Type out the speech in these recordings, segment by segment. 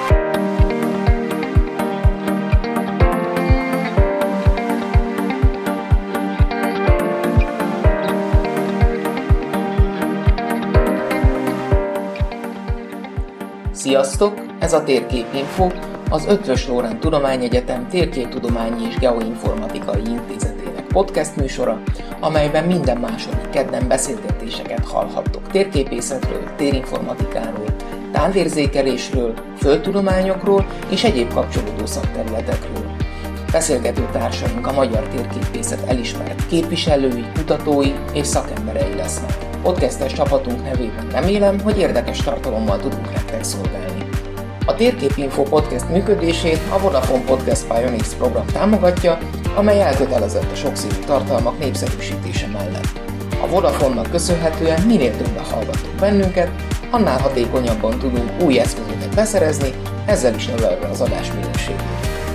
Sziasztok! Ez a Térképinfo, az Eötvös Loránd Tudományegyetem Térképtudományi és Geoinformatikai Intézetének podcast műsora, amelyben minden második kedden beszélgetéseket hallhattok térképészetről, térinformatikáról, távérzékelésről, földtudományokról és egyéb kapcsolódó szakterületekről. Beszélgető társaink a magyar térképészet elismert képviselői, kutatói és szakemberei lesznek. Podcastes csapatunk nevében remélem, hogy érdekes tartalommal tudunk nektek szolgálni. A Térképinfo podcast működését a Vodafone Podcast Pioneers program támogatja, amely elkötelezett a sokszínű tartalmak népszerűsítése mellett. A Vodafone-nak köszönhetően minél többen hallgattok bennünket, annál hatékonyabban tudunk új eszközöket beszerezni, ezzel is növelve az adás minőségét.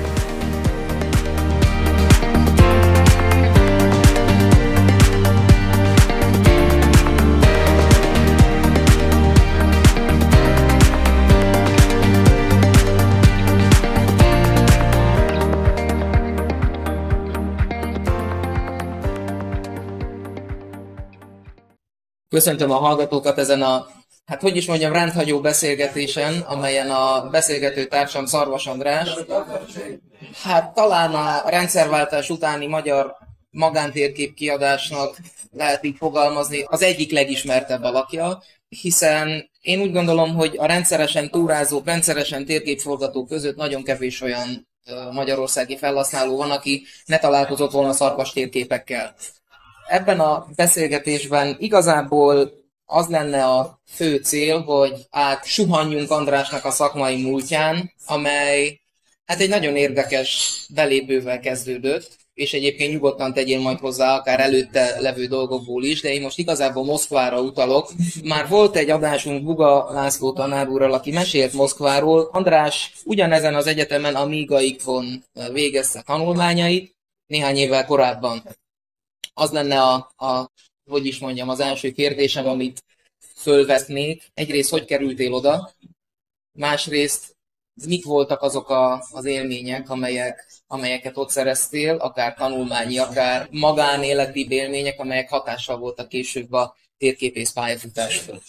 Köszöntöm a hallgatókat ezen a, rendhagyó beszélgetésen, amelyen a beszélgető társam Szarvas András, talán a rendszerváltás utáni magyar magántérkép kiadásnak lehet így fogalmazni, az egyik legismertebb alakja, hiszen én úgy gondolom, hogy a rendszeresen túrázók, rendszeresen térképforgatók között nagyon kevés olyan magyarországi felhasználó van, aki ne találkozott volna szarvas térképekkel. Ebben a beszélgetésben igazából az lenne a fő cél, hogy átsuhanjunk Andrásnak a szakmai múltján, amely egy nagyon érdekes belépővel kezdődött, és egyébként nyugodtan tegyél majd hozzá akár előtte levő dolgokból is, de én most igazából Moszkvára utalok. Már volt egy adásunk Buga László tanár úrral, aki mesélt Moszkváról. András ugyanezen az egyetemen, a Miga IKFON végezte tanulmányait néhány évvel korábban. Az lenne az első kérdésem, amit fölvetnék. Egyrészt, hogy kerültél oda? Másrészt, mik voltak azok az élmények, amelyeket ott szereztél, akár tanulmányi, akár magánéleti élmények, amelyek hatással voltak később a térképész pályafutásra?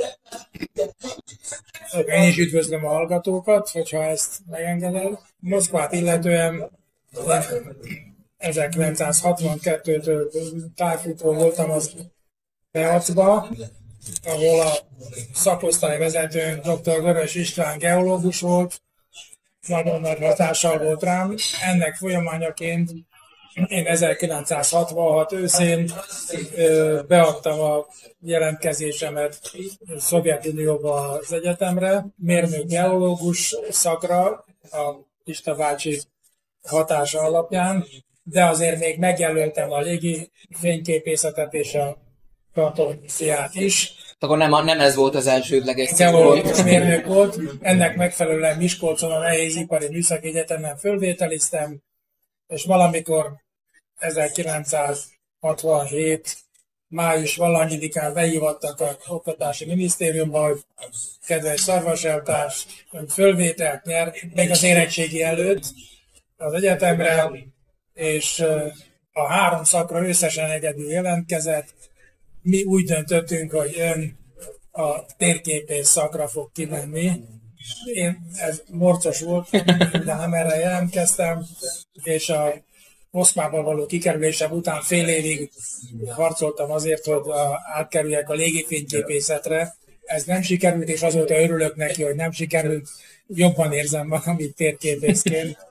Én is üdvözlöm a hallgatókat, hogyha ezt megengeded. Moszkvát illetően 1962-től tájfutó voltam az Beacba, ahol a szakosztályvezetőnk dr. Vörös István geológus volt, nagyon nagy hatással volt rám. Ennek folyamányaként én 1966 őszén beadtam a jelentkezésemet Szovjetunióba az egyetemre, mérnök geológus szakra, a Pista bácsi hatása alapján, de azért még megjelöltem a légi fényképészetet és a kartonciát is. Akkor nem ez volt az elsődleges cél. Mérnök volt, ennek megfelelően Miskolcon a Nehézipari Műszaki Egyetemen fölvételiztem, és valamikor 1967 május valahanyadikán behívattak az Oktatási Minisztériumba, hogy kedves Szarvas eltárs, fölvételt nyer, még az érettségi előtt az egyetemre, és a 3 szakra összesen egyedül jelentkezett. Mi úgy döntöttünk, hogy ön a térképész szakra fog kimenni. Ez morcos volt, de nem erre jelentkeztem, és a Moszkvába való kikerülésem után fél évig harcoltam azért, hogy átkerüljek a légifényképészetre. Ez nem sikerült, és azóta örülök neki, hogy nem sikerült. Jobban érzem magam itt térképészként.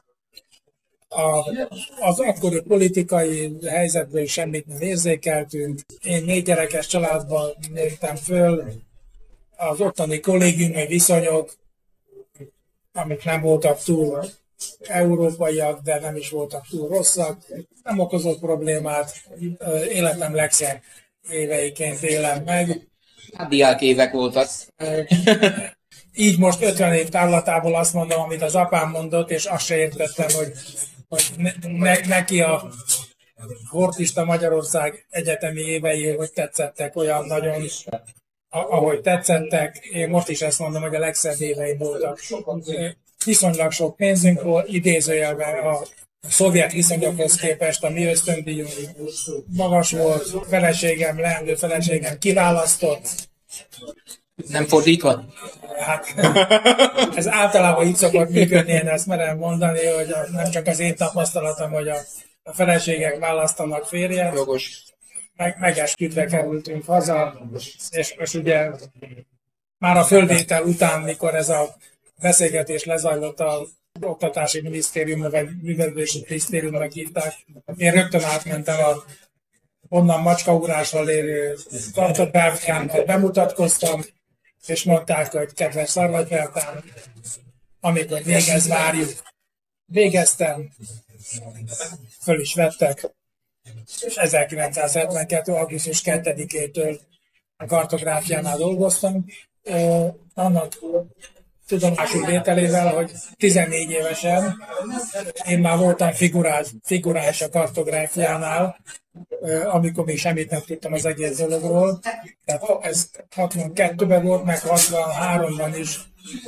Az akkori politikai helyzetből semmit nem érzékeltünk. Én 4 gyerekes családban nőttem föl. Az ottani kollégiumi viszonyok, amik nem voltak túl európaiak, de nem is voltak túl rosszak, nem okozott problémát. Életem legszebb éveiként élem meg. Diák évek voltak. Így most 50 év távlatából azt mondom, amit az apám mondott, és azt se értettem, hogy neki a Hortista Magyarország egyetemi évei, hogy tetszettek, olyan nagyon ahogy tetszettek. Én most is ezt mondom, hogy a legszebb éveim voltak. Viszonylag sok pénzünk volt, idézőjelben a szovjet viszonyokhoz képest a mi ösztöndíjunk magas volt, leendő feleségem kiválasztott. Nem fordítva? Hát, ez általában így szokott működni, én ezt merem mondani, hogy nem csak az én tapasztalatom, hogy a feleségek választanak férjet. Jogos. Megesküdve kerültünk haza, és ugye már a fölvétel után, mikor ez a beszélgetés lezajlott a Oktatási Minisztériumnak, vagy Művelődési Minisztériumnak hívták, én rögtön átmentem a onnan macskaugrással érő tartott bárkámmal, bemutatkoztam, és mondták, hogy kedves Szarvagyvertán, amikor végez, várjuk. Végeztem, föl is vettek, és 1972. augusztus 2-től a kartográfiánál dolgoztam. Annak tudomásul vételével, hogy 14 évesen én már voltam figurás a kartográfiánál, amikor még semmit nem tudtam az egész dologról. Tehát ez 62-ben volt, meg 63-ban is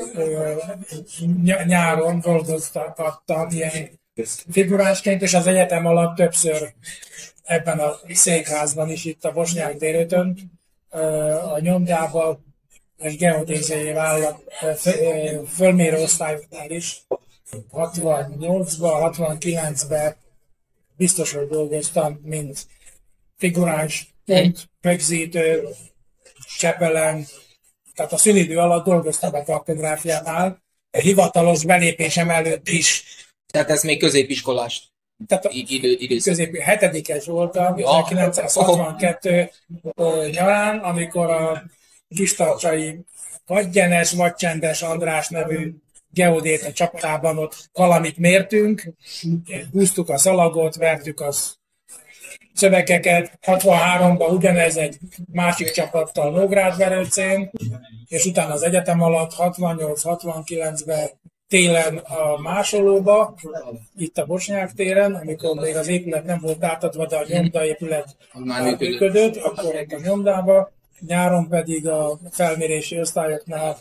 nyáron dolgoztattam ilyen figurásként, és az egyetem alatt többször ebben a székházban is, itt a Bosnyák Délőtön, a nyomdában és geodéziai vállalat fölmérő osztályoknál is 68-ban, 69-ben biztos, hogy dolgoztam, mint figuráns, rögzítő, csepelen, tehát a szünidő alatt dolgoztam a kartográfiánál, hivatalos belépésem előtt is. Tehát ez még középiskolás. Tehát hetedikes voltam, 1962 nyarán, amikor a kistarcsai vagy Gyenes, vagy Csendes András nevű geodéta csapatában ott valamit mértünk, húztuk a szalagot, vertük a szövegeket. 63-ban ugyanez egy másik csapattal Nógrád-Verőcén, és utána az egyetem alatt 68-69-ben télen a Másolóba, itt a Bosnyák téren, amikor még az épület nem volt átadva, de a nyomdaépület már működött, akkor ott a nyomdába, nyáron pedig a felmérési osztályoknál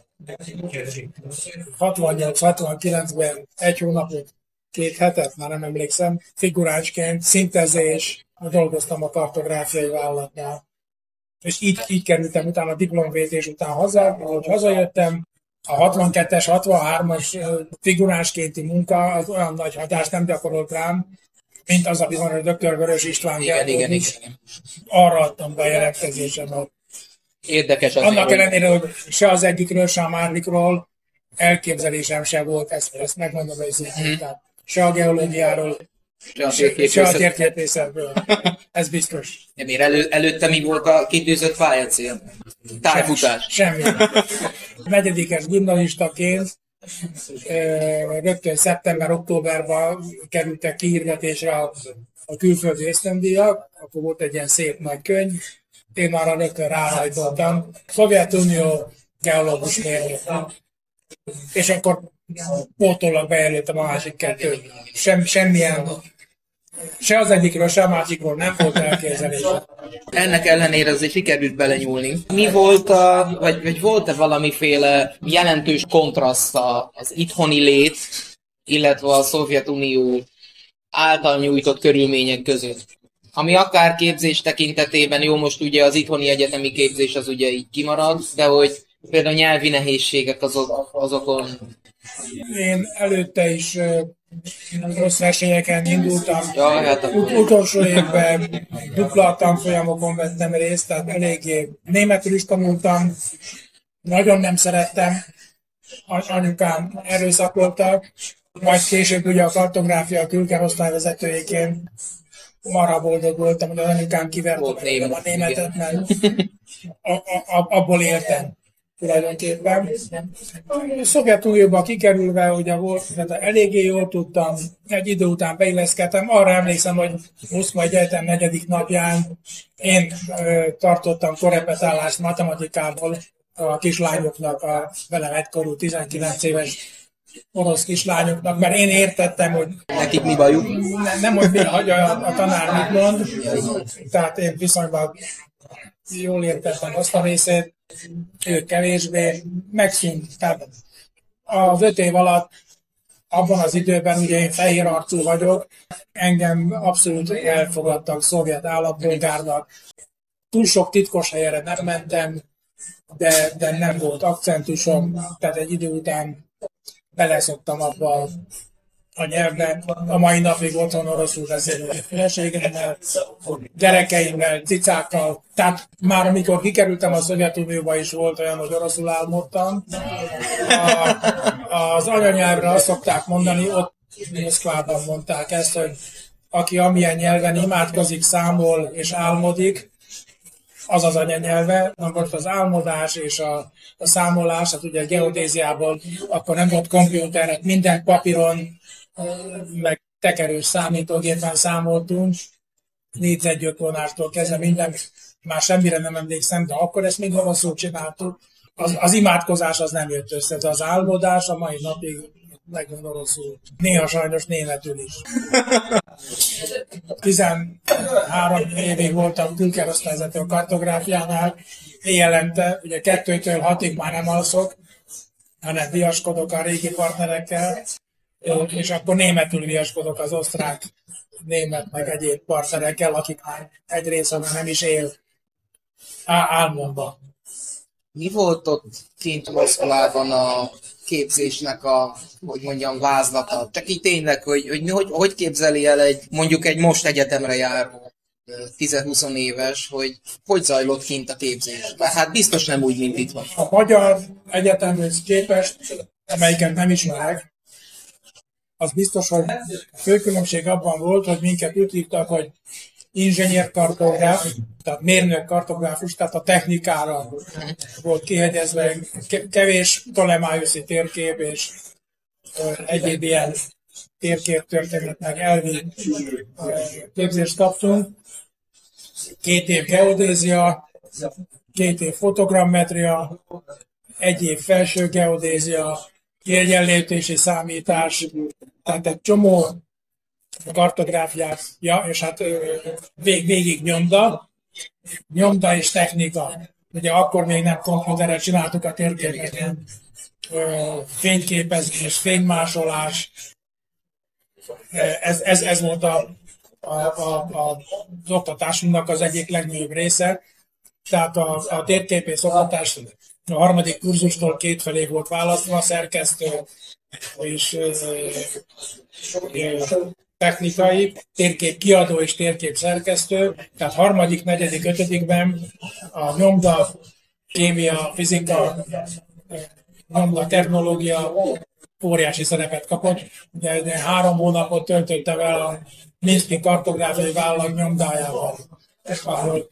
68-69-ben egy hónapot, 2 hetet, már nem emlékszem, figuránsként, szintezés, dolgoztam a kartográfiai vállalatnál. És így kerültem utána a diplomvétés után haza, ahogy hazajöttem, a 62-es, 63-as figuráskénti munka az olyan nagy hatást nem gyakorolt rám, mint az a bizonyos Dr. Vörös István. Igen. Arra adtam be a jelentkezésemet. Érdekes az. Annak ellenére, hogy se az egyikről, se a másikról elképzelésem se volt, ezt megmondom őszintén. Se a geológiáról, se a térképészetről. Ez biztos. Miért előtte mi volt a kitűzött pályacél? Tájfutás. Semmi. Negyedikes gimnazistaként rögtön szeptember-októberben kerültek kihirdetésre a külföldi ösztöndíjak, akkor volt egy ilyen szép nagy könyv, én arra rögtön rárajtottam. Szovjetunió geológus mérnök. És akkor pótollag bejelöltem a másik kettőt. Semmilyen, se az egyikről, se a másikról nem volt elképzelése. Ennek ellenére azért sikerült belenyúlni. Mi volt vagy volt-e valamiféle jelentős kontraszt az itthoni lét, illetve a Szovjetunió által nyújtott körülmények között? Ami akár képzés tekintetében, jó, most ugye az itthoni egyetemi képzés az ugye így kimarad, de hogy például nyelvi nehézségek azokon. Én előtte is rossz versenyeken indultam. Ja, hát Utolsó évben dupla tanfolyamokon vettem részt, tehát eléggé németül is tanultam. Nagyon nem szerettem. Anyukám erőszakoltak. Majd később ugye a kartográfia külkerosztályvezetőjéként marha boldog voltam, hogy az anyukám kivert a németet, mert abból éltem tulajdonképpen. Szovjetunióban kikerülve, ugye volt, tehát eléggé jól tudtam, egy idő után beilleszkedtem. Arra emlékszem, hogy Moszkva Egyetem 4. napján én tartottam korrepetálást matematikából a kislányoknak, a velem egykorú 19 éves orosz kislányoknak, mert én értettem, hogy nekik mi bajuk. Nem, hogy a tanár mit mond, tehát én viszonylag jól értettem azt a részét. ők kevésbé, megszűnt. Tehát az 5 év alatt, abban az időben, ugye én fehér arcú vagyok, engem abszolút elfogadtak szovjet állampolgárnak. Túl sok titkos helyre nem mentem, de nem volt akcentusom, tehát egy idő után beleszoktam abba a nyelvben. A mai napig otthon oroszul beszélő feleségemmel, gyerekeimmel, cicákkal. Tehát már amikor kikerültem a Szovjetunióba is volt olyan, hogy oroszul álmodtam. Az anyanyelvre azt szokták mondani, ott Moszkvában mondták ezt, hogy aki amilyen nyelven imádkozik, számol és álmodik, az az anyanyelve. Na most az álmodás és a számolás, hát ugye a geodéziában akkor nem volt komputerek, minden papíron, meg tekerős számítógépen számoltunk, négyzetgyökvonástól kezdve minden, már semmire nem emlékszem, de akkor ezt még oroszul csináltuk. Az imádkozás az nem jött össze, de az álmodás a mai napig megvan oroszul. Néha sajnos németül is. 13 évig voltam külkerosztályzatú a kartográfiánál, éjjelente, ugye 2-től 6-ig már nem alszok, hanem viaskodok a régi partnerekkel, és akkor németül viaskodok az osztrák, német, meg egyéb partnerekkel, akik már egy része nem is él álmomban. Mi volt ott kint Moszkvában a képzésnek a, hogy mondjam, vázlata? Csak így tényleg, hogy képzeli el mondjuk egy most egyetemre járó 10-20 éves, hogy zajlott kint a képzés? Mert hát biztos nem úgy, mint itt van. A magyar egyetemhez képest, amelyiket nem ismerek, az biztos, hogy a fő különbség abban volt, hogy minket úgy hívtak, hogy inzsenyérkartográf, tehát mérnök-kartográfus, tehát a technikára volt kihegyezve, kevés Ptolemaioszi térkép és egyéb ilyen térkép meg elvi képzést kaptunk. 2 év geodézia, 2 év fotogrammetria, 1 év felső geodézia, kiegyenlítési számítás, tehát egy csomó kartográfiát, és hát végig nyomda és technika. Ugye akkor még nem komputerre csináltuk a térképeket, fényképezés, fénymásolás. Ez volt az oktatásunknak az egyik legnagyobb része. Tehát a térképész oktatás a 3. kurzustól 2 felé volt választva, szerkesztő és technikai, térkép kiadó és térkép szerkesztő, tehát 3., 4., 5-ben a nyomda, kémia, fizika, nyomda, technológia óriási szerepet kapott. De 3 hónapot töltöttem el a Minszki kartográfiai vállalat nyomdájával, ahol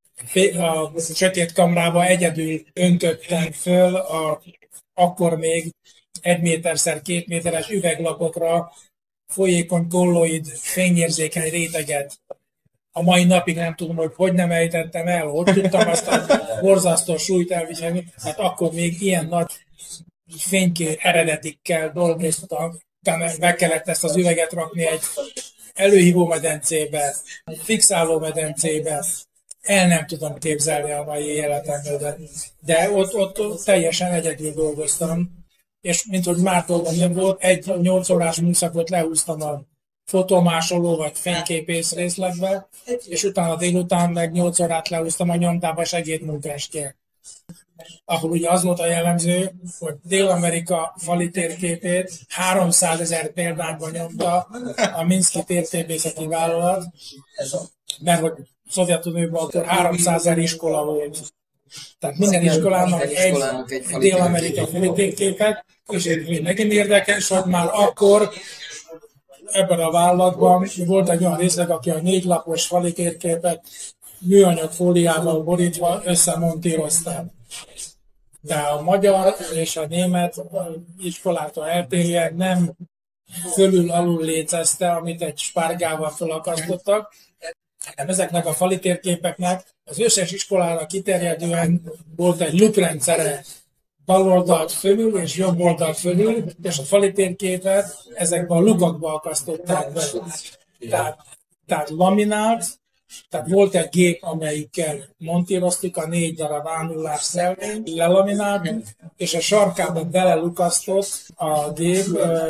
a sötét kamrába egyedül öntöttem föl akkor még 1 méterszer 2 méteres üveglapokra folyékony kolloid fényérzékeny réteget. A mai napig nem tudom, hogy nem ejtettem el, hogy tudtam azt a borzasztó súlyt elviselni, hát akkor még ilyen nagy fénykép eredetikkel dolgoztam, utána meg kellett ezt az üveget rakni egy előhívó medencébe, fixáló medencébe, el nem tudom képzelni a mai életemben, de ott teljesen egyedül dolgoztam, és mint hogy már dolgozom volt, egy 8 órás műszakot lehúztam a fotómásoló vagy fényképész részletbe, és utána délután meg 8 órát lehúztam a nyomdába segédmunkásként. Ahol ugye az volt a jellemző, hogy Dél-Amerika fali térképét 300 000 példányban nyomta a Minszki térképészeti vállalat, mert hogy Szovjetunióban akkor 300 000 iskola volt. Tehát minden iskolának egy Dél-Amerika fali térképet, és megint érdekes, hogy már akkor ebben a vállalatban volt egy olyan részleg, aki a 4 lapos fali térképet műanyag fóliával borítva összemontírozta. De a magyar és a német iskolától eltérően nem fölül-alul lécezte, amit egy spárgával felakasztottak. Ezeknek a fali térképeknek az összes iskolára kiterjedően volt egy luprendszere, bal oldalt fölül és jobb oldalt fölül, és a fali térképet ezekben a lukakba akasztották be. Tehát laminált, Tehát volt egy gép, amelyikkel montíroztuk a 4 darab A0-ás szelvényt, lelamináltuk, és a sarkába belelukasztott a gép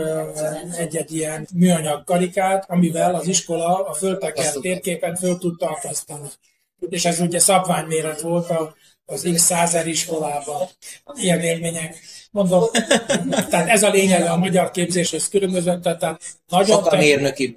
egy ilyen műanyag karikát, amivel az iskola a föltekert térképen föl tudta akasztani. És ez ugye szabványméret volt az X 100 iskolában. Ilyen élmények. Mondom, tehát ez a lényege a magyar képzéshez különbözött, tehát sokkal mérnökibb.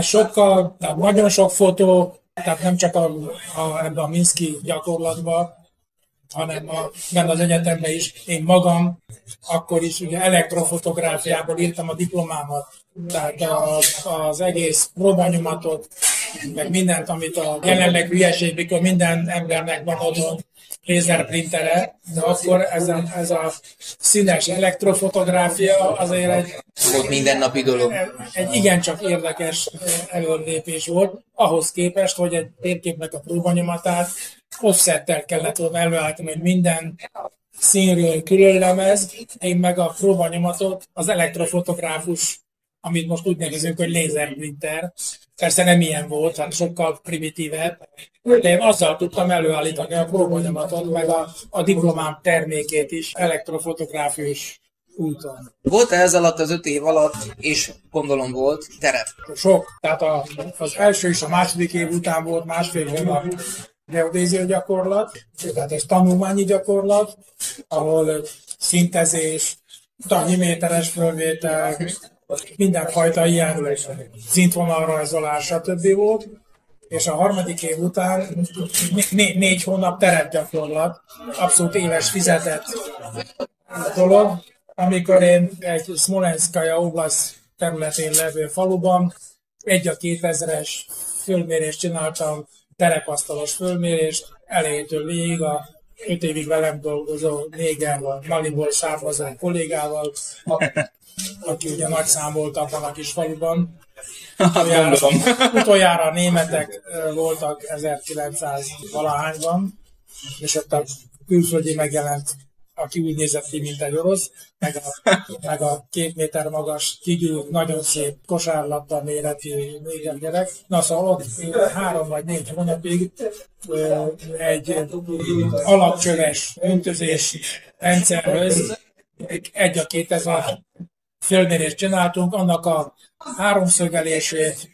Tehát nagyon sok fotó, tehát nem csak ebben a Minszki gyakorlatban, hanem benne az egyetemben is. Én magam akkor is ugye elektrofotográfiából írtam a diplomámat. Tehát az egész próbanyomatot, meg mindent, amit a jelenleg hülyeség, mikor minden embernek van otthon lézerprintere, de akkor ez a színes elektrofotográfia azért volt mindennapi dolog. Egy igencsak érdekes előrelépés volt, ahhoz képest, hogy egy térképnek a próbanyomatát offsettel kellett volna előállítani, hogy minden színről külön lemez, én meg a próbanyomatot az elektrofotográfus, amit most úgy nevezünk, hogy lézerprinter. Persze nem ilyen volt, hát sokkal primitívebb, de én azzal tudtam előállítani a próbanyomatot, meg a diplomám termékét is elektrofotográfius úton. Volt-e ez alatt az 5 év alatt, és gondolom volt, terep? Sok. Tehát az első és a második év után volt másfél hónap geodézia gyakorlat, tehát ez tanulmányi gyakorlat, ahol szintezés, tanhiméteres fölvétel, mindenfajta ilyen szintvonalrajzolás, stb. Volt. És a harmadik év után 4 hónap terepgyakorlat, abszolút éves fizetett dolog, amikor én egy Smolenszkaja Oblast területén levő faluban 1/2000-es fölmérést csináltam, terepasztalos fölmérést, elejétől végig a 5 évig velem dolgozó néger, Maliból származó kollégával, aki ugye nagy szám volt abban a kis faluban. Utoljára a németek voltak 1900-valahányban, és ott a külföldi megjelent, aki úgy nézett ki, mint egy orosz, meg a 2 méter magas, kigült, nagyon szép kosárlabda méretű néger gyerek. Na szóval ott 3 vagy 4 hónapig egy alapcsöves öntözés rendszerhöz 1/2000 fölmérést csináltunk, annak a háromszögelését,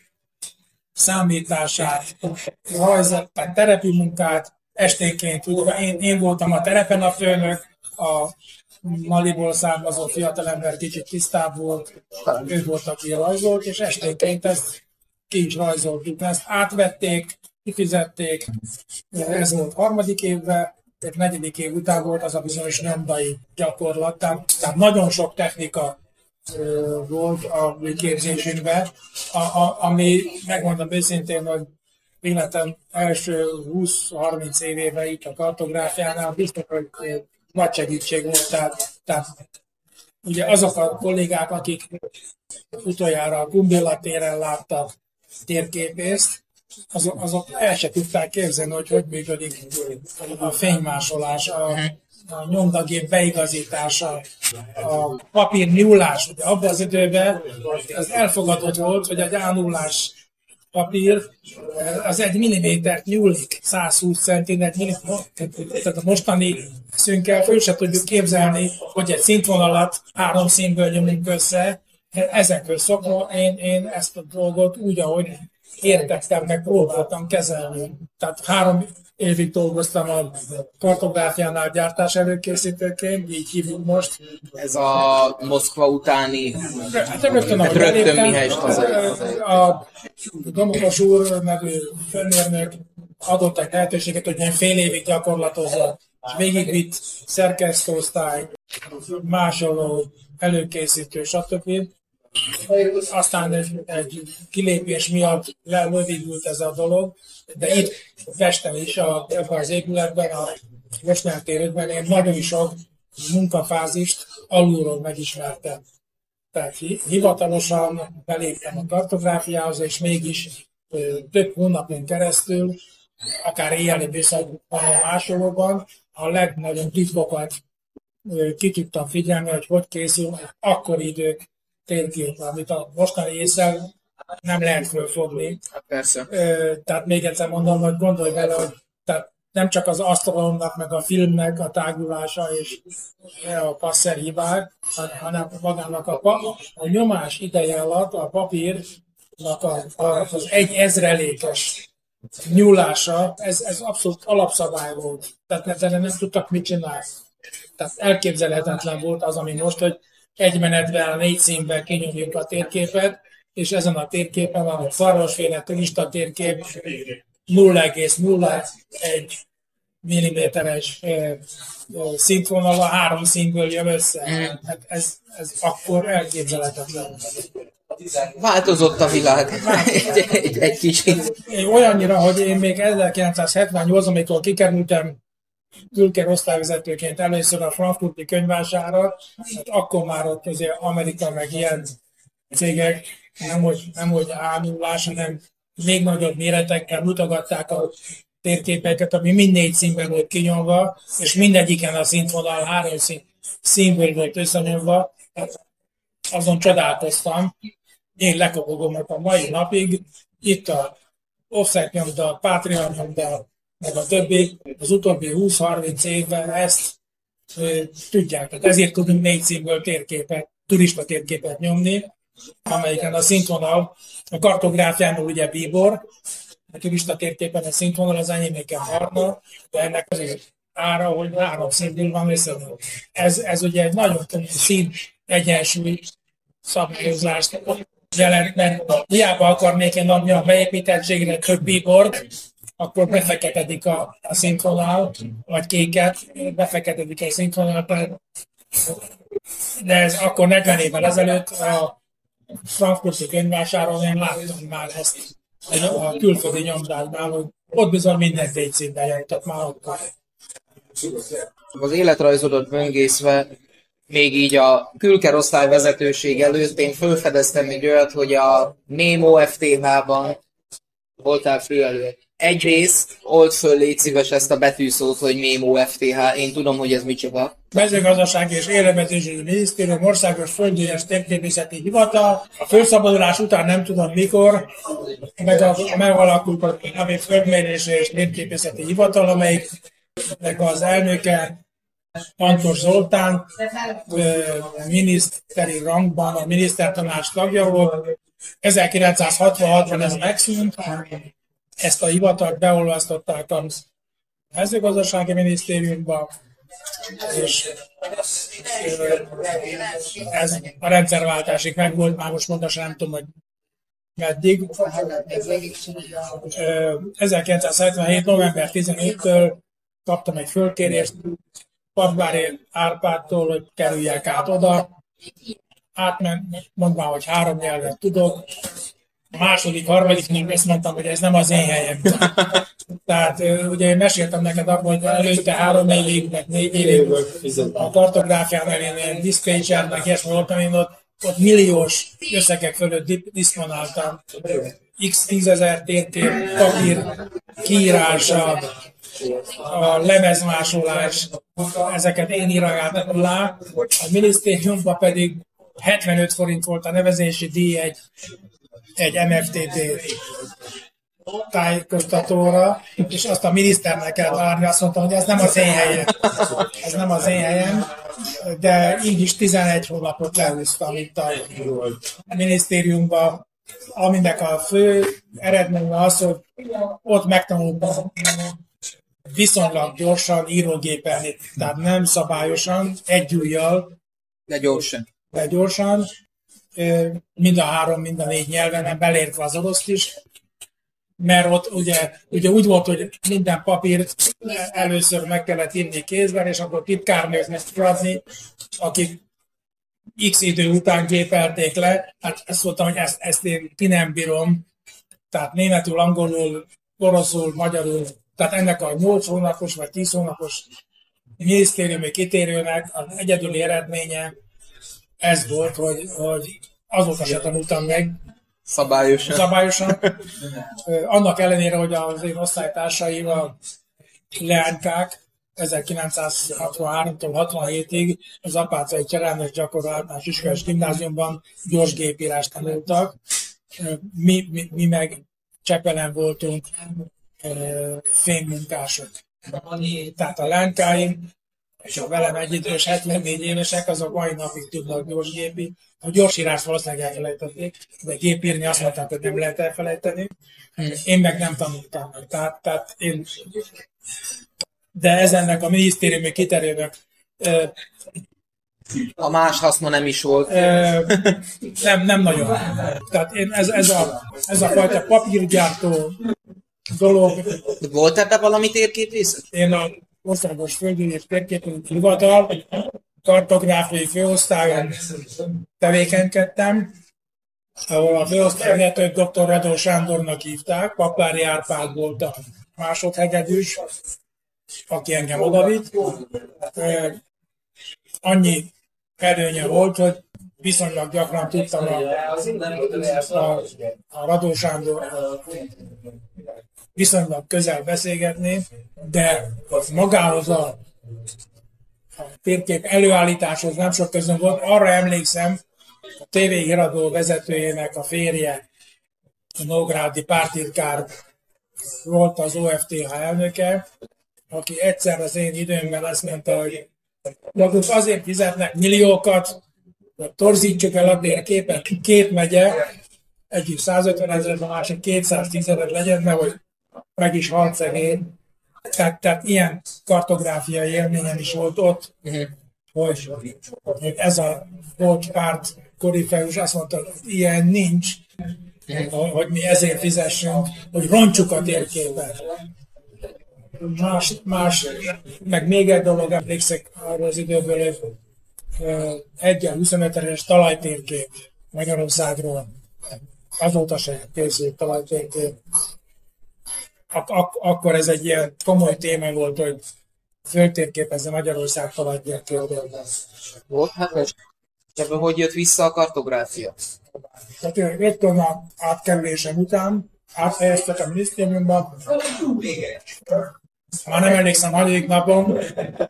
számítását, rajzot, tehát terepi munkát, esténként, én voltam a terepen a főnök, a Maliból származó fiatalember kicsit tisztább volt, ő volt, aki rajzolt, és esténként ezt ki is rajzoltuk. Ezt átvették, kifizették, ez volt harmadik évben, és 4. év után volt az a bizonyos nyomdai gyakorlat, tehát nagyon sok technika volt a mi képzésünkben, ami megmondom őszintén, hogy életem első 20-30 évében itt a kartográfiánál biztos, hogy nagy segítség volt. Tehát ugye azok a kollégák, akik utoljára a Kumbéla téren láttak térképészt, azok el se tudták képzelni, hogy működik a fénymásolás, a nyomdagép beigazítása, a papír nyúlás. Ugye abban az időben az elfogadott volt, hogy egy A0-ás papír az 1 millimétert nyúlik, 120 centinek, tehát a mostani szünkkel föl se tudjuk képzelni, hogy egy szintvonalat 3 színből nyomunk össze. Ezekről szokva én ezt a dolgot úgy, ahogy értettem, meg próbáltam kezelni. Tehát 3 évig dolgoztam a kartográfiánál gyártás előkészítőként, így hívjuk most. Ez a Moszkva utáni, rögtön Mihály hazai. A Domokos úr nevű főmérnök adott egy lehetőséget, hogy én fél évig gyakorlatozva, és végigvitt szerkesztőosztály, másoló, előkészítő, stb. Aztán egy kilépés miatt lerövidült ez a dolog, de itt Pesten is, ebben az épületben, a Vosnyák térőben én nagyon sok munkafázist alulról megismertem. Tehát hivatalosan beléptem a kartográfiához, és mégis több hónapon keresztül, akár éjjeli viszont a másolóban, a legnagyobb titkokat ki tudtam figyelni, hogy készül akkori idők térkép, amit a mostani észre nem lehet fölfogni. Hát persze. Tehát még egyszer mondom, hogy gondolj bele, hogy tehát nem csak az asztalomnak, meg a filmnek a tágulása és a passzerhibák, hanem magának a nyomás ideje alatt a papírnak az 1/1000-es nyúlása, ez abszolút alapszabály volt. Tehát ezzel nem tudtak mit csinálni. Tehát elképzelhetetlen volt az, ami most, hogy egy menetben 4 színben kinyomjuk a térképet, és ezen a térképen van a szarvasféle turista térkép 0,01 milliméteres szintvonala 3 színből jön össze. Hát ez akkor elképzelhetetlen. Változott a világ egy kicsit. Olyannyira, hogy én még 1978, amikor kikerültem Külker osztályvezetőként először a frankfurti könyvvásárra, hát akkor már ott azért Amerika meg ilyen cégek nem hogy ámulás, hanem még nagyobb méretekkel mutogatták a térképeket, ami mind 4 színben volt kinyomva, és mindegyiken a szintvonal 3 színből volt összenyomva. Hát azon csodálkoztam. Én lekopogom a mai napig. Itt a offset nyomda, a Patreon nyomda, meg a többi, az utóbbi 20-30 évben ezt tudják. Tehát ezért tudunk 4 színből térképet, turista térképet nyomni, amelyiken a szintvonal, a kartográfiánul ugye bíbor, a turista térképen a szintvonal, az enyéméken barna, de ennek az ára, hogy 3 színből van összenyomva. Ez ugye egy nagyon komoly szín egyensúly szabályozást jelent, mert hiába akarnék én adni a beépítettségre több bíbort, akkor befeketedik a szintvonal, vagy kéket, befeketedik a szintvonal, de ez akkor 40 évvel ezelőtt a frankfurti könyvvásáron én láttam már ezt a külföldi nyomdáknál, hogy ott bizony minden végcímben jelentett már akkor. Az életrajzodat böngészve, még így a Külker osztály vezetőség előtt én felfedeztem egy olyat, hogy a Némo FTH-ban voltál főelő. Egyrészt old föl, légy szíves ezt a betűszót, hogy Némo FTH, én tudom, hogy ez micsoda. Mezőgazdasági és Élelmezésügyi Minisztérium, Országos Földügyi és Térképészeti Hivatal. A felszabadulás után nem tudom mikor, megalakult a Földmérési és Térképészeti Hivatal, amelyiknek az elnöke Antos Zoltán miniszteri rangban a minisztertanács tagja volt. 1966-ban ez megszűnt, ezt a hivatalt beolvasztották a mezőgazdasági minisztériumba, és ez a rendszerváltásig megvolt, már most pontosan nem tudom, hogy meddig. 1977. november 15-től kaptam egy fölkérést Padvári Árpádtól, hogy kerüljek át oda. Mondván, hogy 3 nyelvet tudok. A második, harmadiknak azt mondtam, hogy ez nem az én helyem. Tehát ugye én meséltem neked abban, hogy előtte 3 évig, meg 4 évig a kartográfiánál én diszpécsernek ilyesmi voltam, én ott milliós összegek fölött diszponáltam. X 10.000 térkép, papír, kiírása, a lemezmásolás, ezeket én íráltam lá, a minisztériumban pedig 75 forint volt a nevezési díj egy MFTT tájékoztatóra, és azt a miniszternek kell várni, azt mondtam, hogy ez nem az én helyem. Ez nem az én helyem, de így is 11 hónapot lehúztam itt a minisztériumban, aminek a fő eredménye az, hogy ott megtanultam viszonylag gyorsan írógépelni, tehát nem szabályosan, egy ujjal, de gyorsan, mind a 3, mind a 4 nyelven, belértve az oroszt is, mert ott ugye úgy volt, hogy minden papírt először meg kellett írni kézben, és akkor titkárnőknek adni, akik X idő után gépelték le. Hát azt mondtam, hogy ezt én ki nem bírom, tehát németül, angolul, oroszul, magyarul, tehát ennek a 8 hónapos vagy 10 hónapos minisztériumi kitérőnek az egyedüli eredménye ez volt, hogy azóta se tanultam meg szabályosan. Annak ellenére, hogy az én osztálytársaim a leánykák 1963-tól 67-ig az Apácai Cserálnos Gyakorló Általános Iskolás Gimnáziumban gyorsgépírást tanultak, Mi meg Csepelen voltunk fémmunkások. Tehát a lánkáim és a velem egyidős 74 évesek, azok mai napig tudnak gyorsgépi. A gyorsírást valószínűleg elfelejtették, de gépírni azt mondták, hogy nem lehet elfelejteni. Én meg nem tanultam meg. Tehát én... De ez ennek a minisztériumi kiterjőnek A más haszna nem is volt. nem nagyon. Tehát én ez a fajta papírgyártó dolog. Volt ebben valami térképészet? Én a Országos Földmérés Térképészeti Hivatal kartográfiai főosztályon tevékenykedtem, ahol a főosztályvezetőt dr. Radó Sándornak hívták, Paplári Árpád volt a másodhegedűs, aki engem odavitt. Annyi előnye volt, hogy viszonylag gyakran tudtam a Radó Sándor viszonylag közel beszélgetni, de magához a térkép előállításhoz nem sok közön volt. Arra emlékszem, a TV híradó vezetőjének a férje, a nógrádi pártitkár volt az OFTH elnöke, aki egyszer az én időmben azt mondta, hogy maguk azért fizetnek milliókat, hogy torzítsuk el a térképet. Két megye, egyik 150 000, a másik 210 000 legyen, mert hogy meg is halt szegény. Tehát ilyen kartográfiai élményem is volt ott, hogy ez a volt párt korifeus azt mondta, hogy ilyen nincs, hogy mi ezért fizessünk, hogy roncsuk a térképet. Más, meg még egy dolog, emlékszek arra az időből, hogy 1x25-es talajtérkép Magyarországról, azóta se készült talajtérkép. Akkor ez egy ilyen komoly téma volt, hogy föltérképezze Magyarország talajtérképről. Volt, hát és ebből hogy jött vissza a kartográfia? Tehát 5 tonna átkerülésem után áthelyeztek a minisztériumba. Már nem emlékszem, hanyadik napon.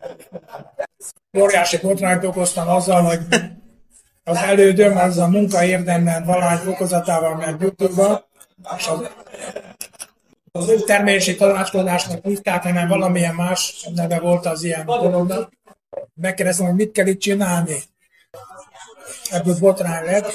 Óriási botrányt okoztam azzal, hogy az elődöm az a munkaérdemben valahány fokozatával ment YouTube-ba, és az termelési tanácskozásnak hívták, hanem valamilyen más neve volt az ilyen dolognak. Megkérdeztem, hogy mit kell itt csinálni. Ebből botrány lett.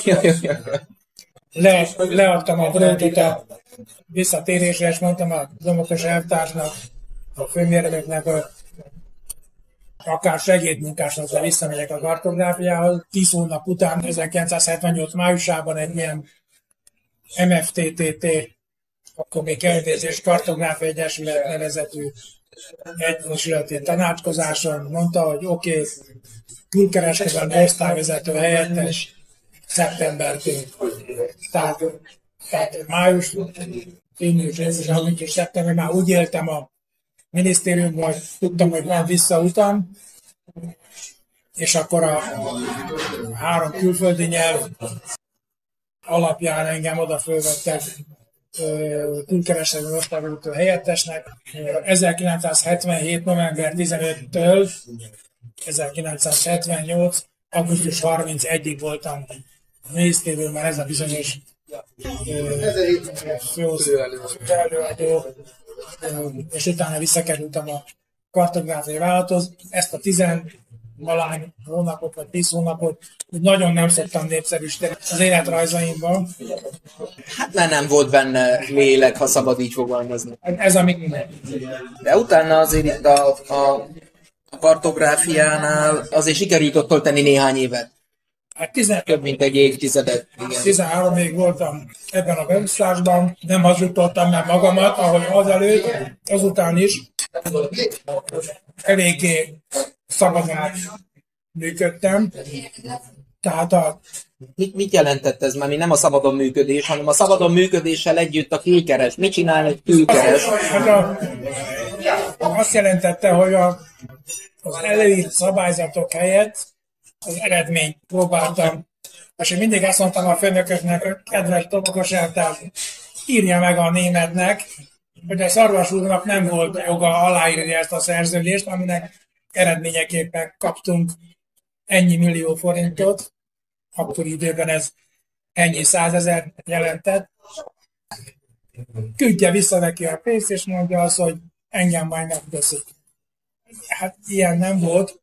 Leadtam a drótot a visszatérésre, és mondtam a Domokos elvtársnak, a főmérnöknek, hogy akár segédmunkásnak, de visszamegyek a kartográfiához. 10 hónap után, 1978 májusában egy ilyen MFTTT, akkor még Elvézés Kartográfia Egyesület nevezetű egyesületi tanácskozáson mondta, hogy oké, külkereskedelmi osztályvezető helyettes szeptembertől. Tehát május, június, és szeptember már úgy éltem a minisztériumban, hogy tudtam, hogy van visszautam, és akkor a 3 külföldi nyelv alapján engem oda fölvettek külkereskedelmi osztályvezető helyettesnek. 1977. november 15-től 1978. augusztus 31-ig voltam a minisztériumban, ez a bizonyos főelőadó, és utána visszakerültem a kartográfiai vállalathoz. Ezt a 10-valány hónapot, vagy 10 hónapot nagyon nem szoktam népszerűsíteni az életrajzaimban. Hát már nem volt benne lélek, ha szabad így fogalmazni. Ez a minden. De utána azért itt a kartográfiánál azért sikerült ott tölteni néhány évet. Hát Több mint egy évtizedet. 13 még voltam ebben a beosztásban, nem hazudtoltam meg magamat, ahogy azelőtt, azután is eléggé szabadon működtem. Tehát Mit jelentett ez? Mert mi nem a szabadon működés, hanem a szabadon működéssel együtt a külkeres. Mit csinál egy külkeres? Azt jelentette, hogy az előírt szabályzatok helyett az eredményt próbáltam. És én mindig azt mondtam a főnököknek, hogy kedves Domokos elvtárs, írja meg a németnek, hogy a Szarvas úrnak nem volt joga aláírni ezt a szerződést, aminek eredményeképpen kaptunk ennyi millió forintot. Akkor időben ez ennyi 100 000 jelentett, küldje vissza neki a pénzt, és mondja azt, hogy engem majd megköszik. Hát ilyen nem volt.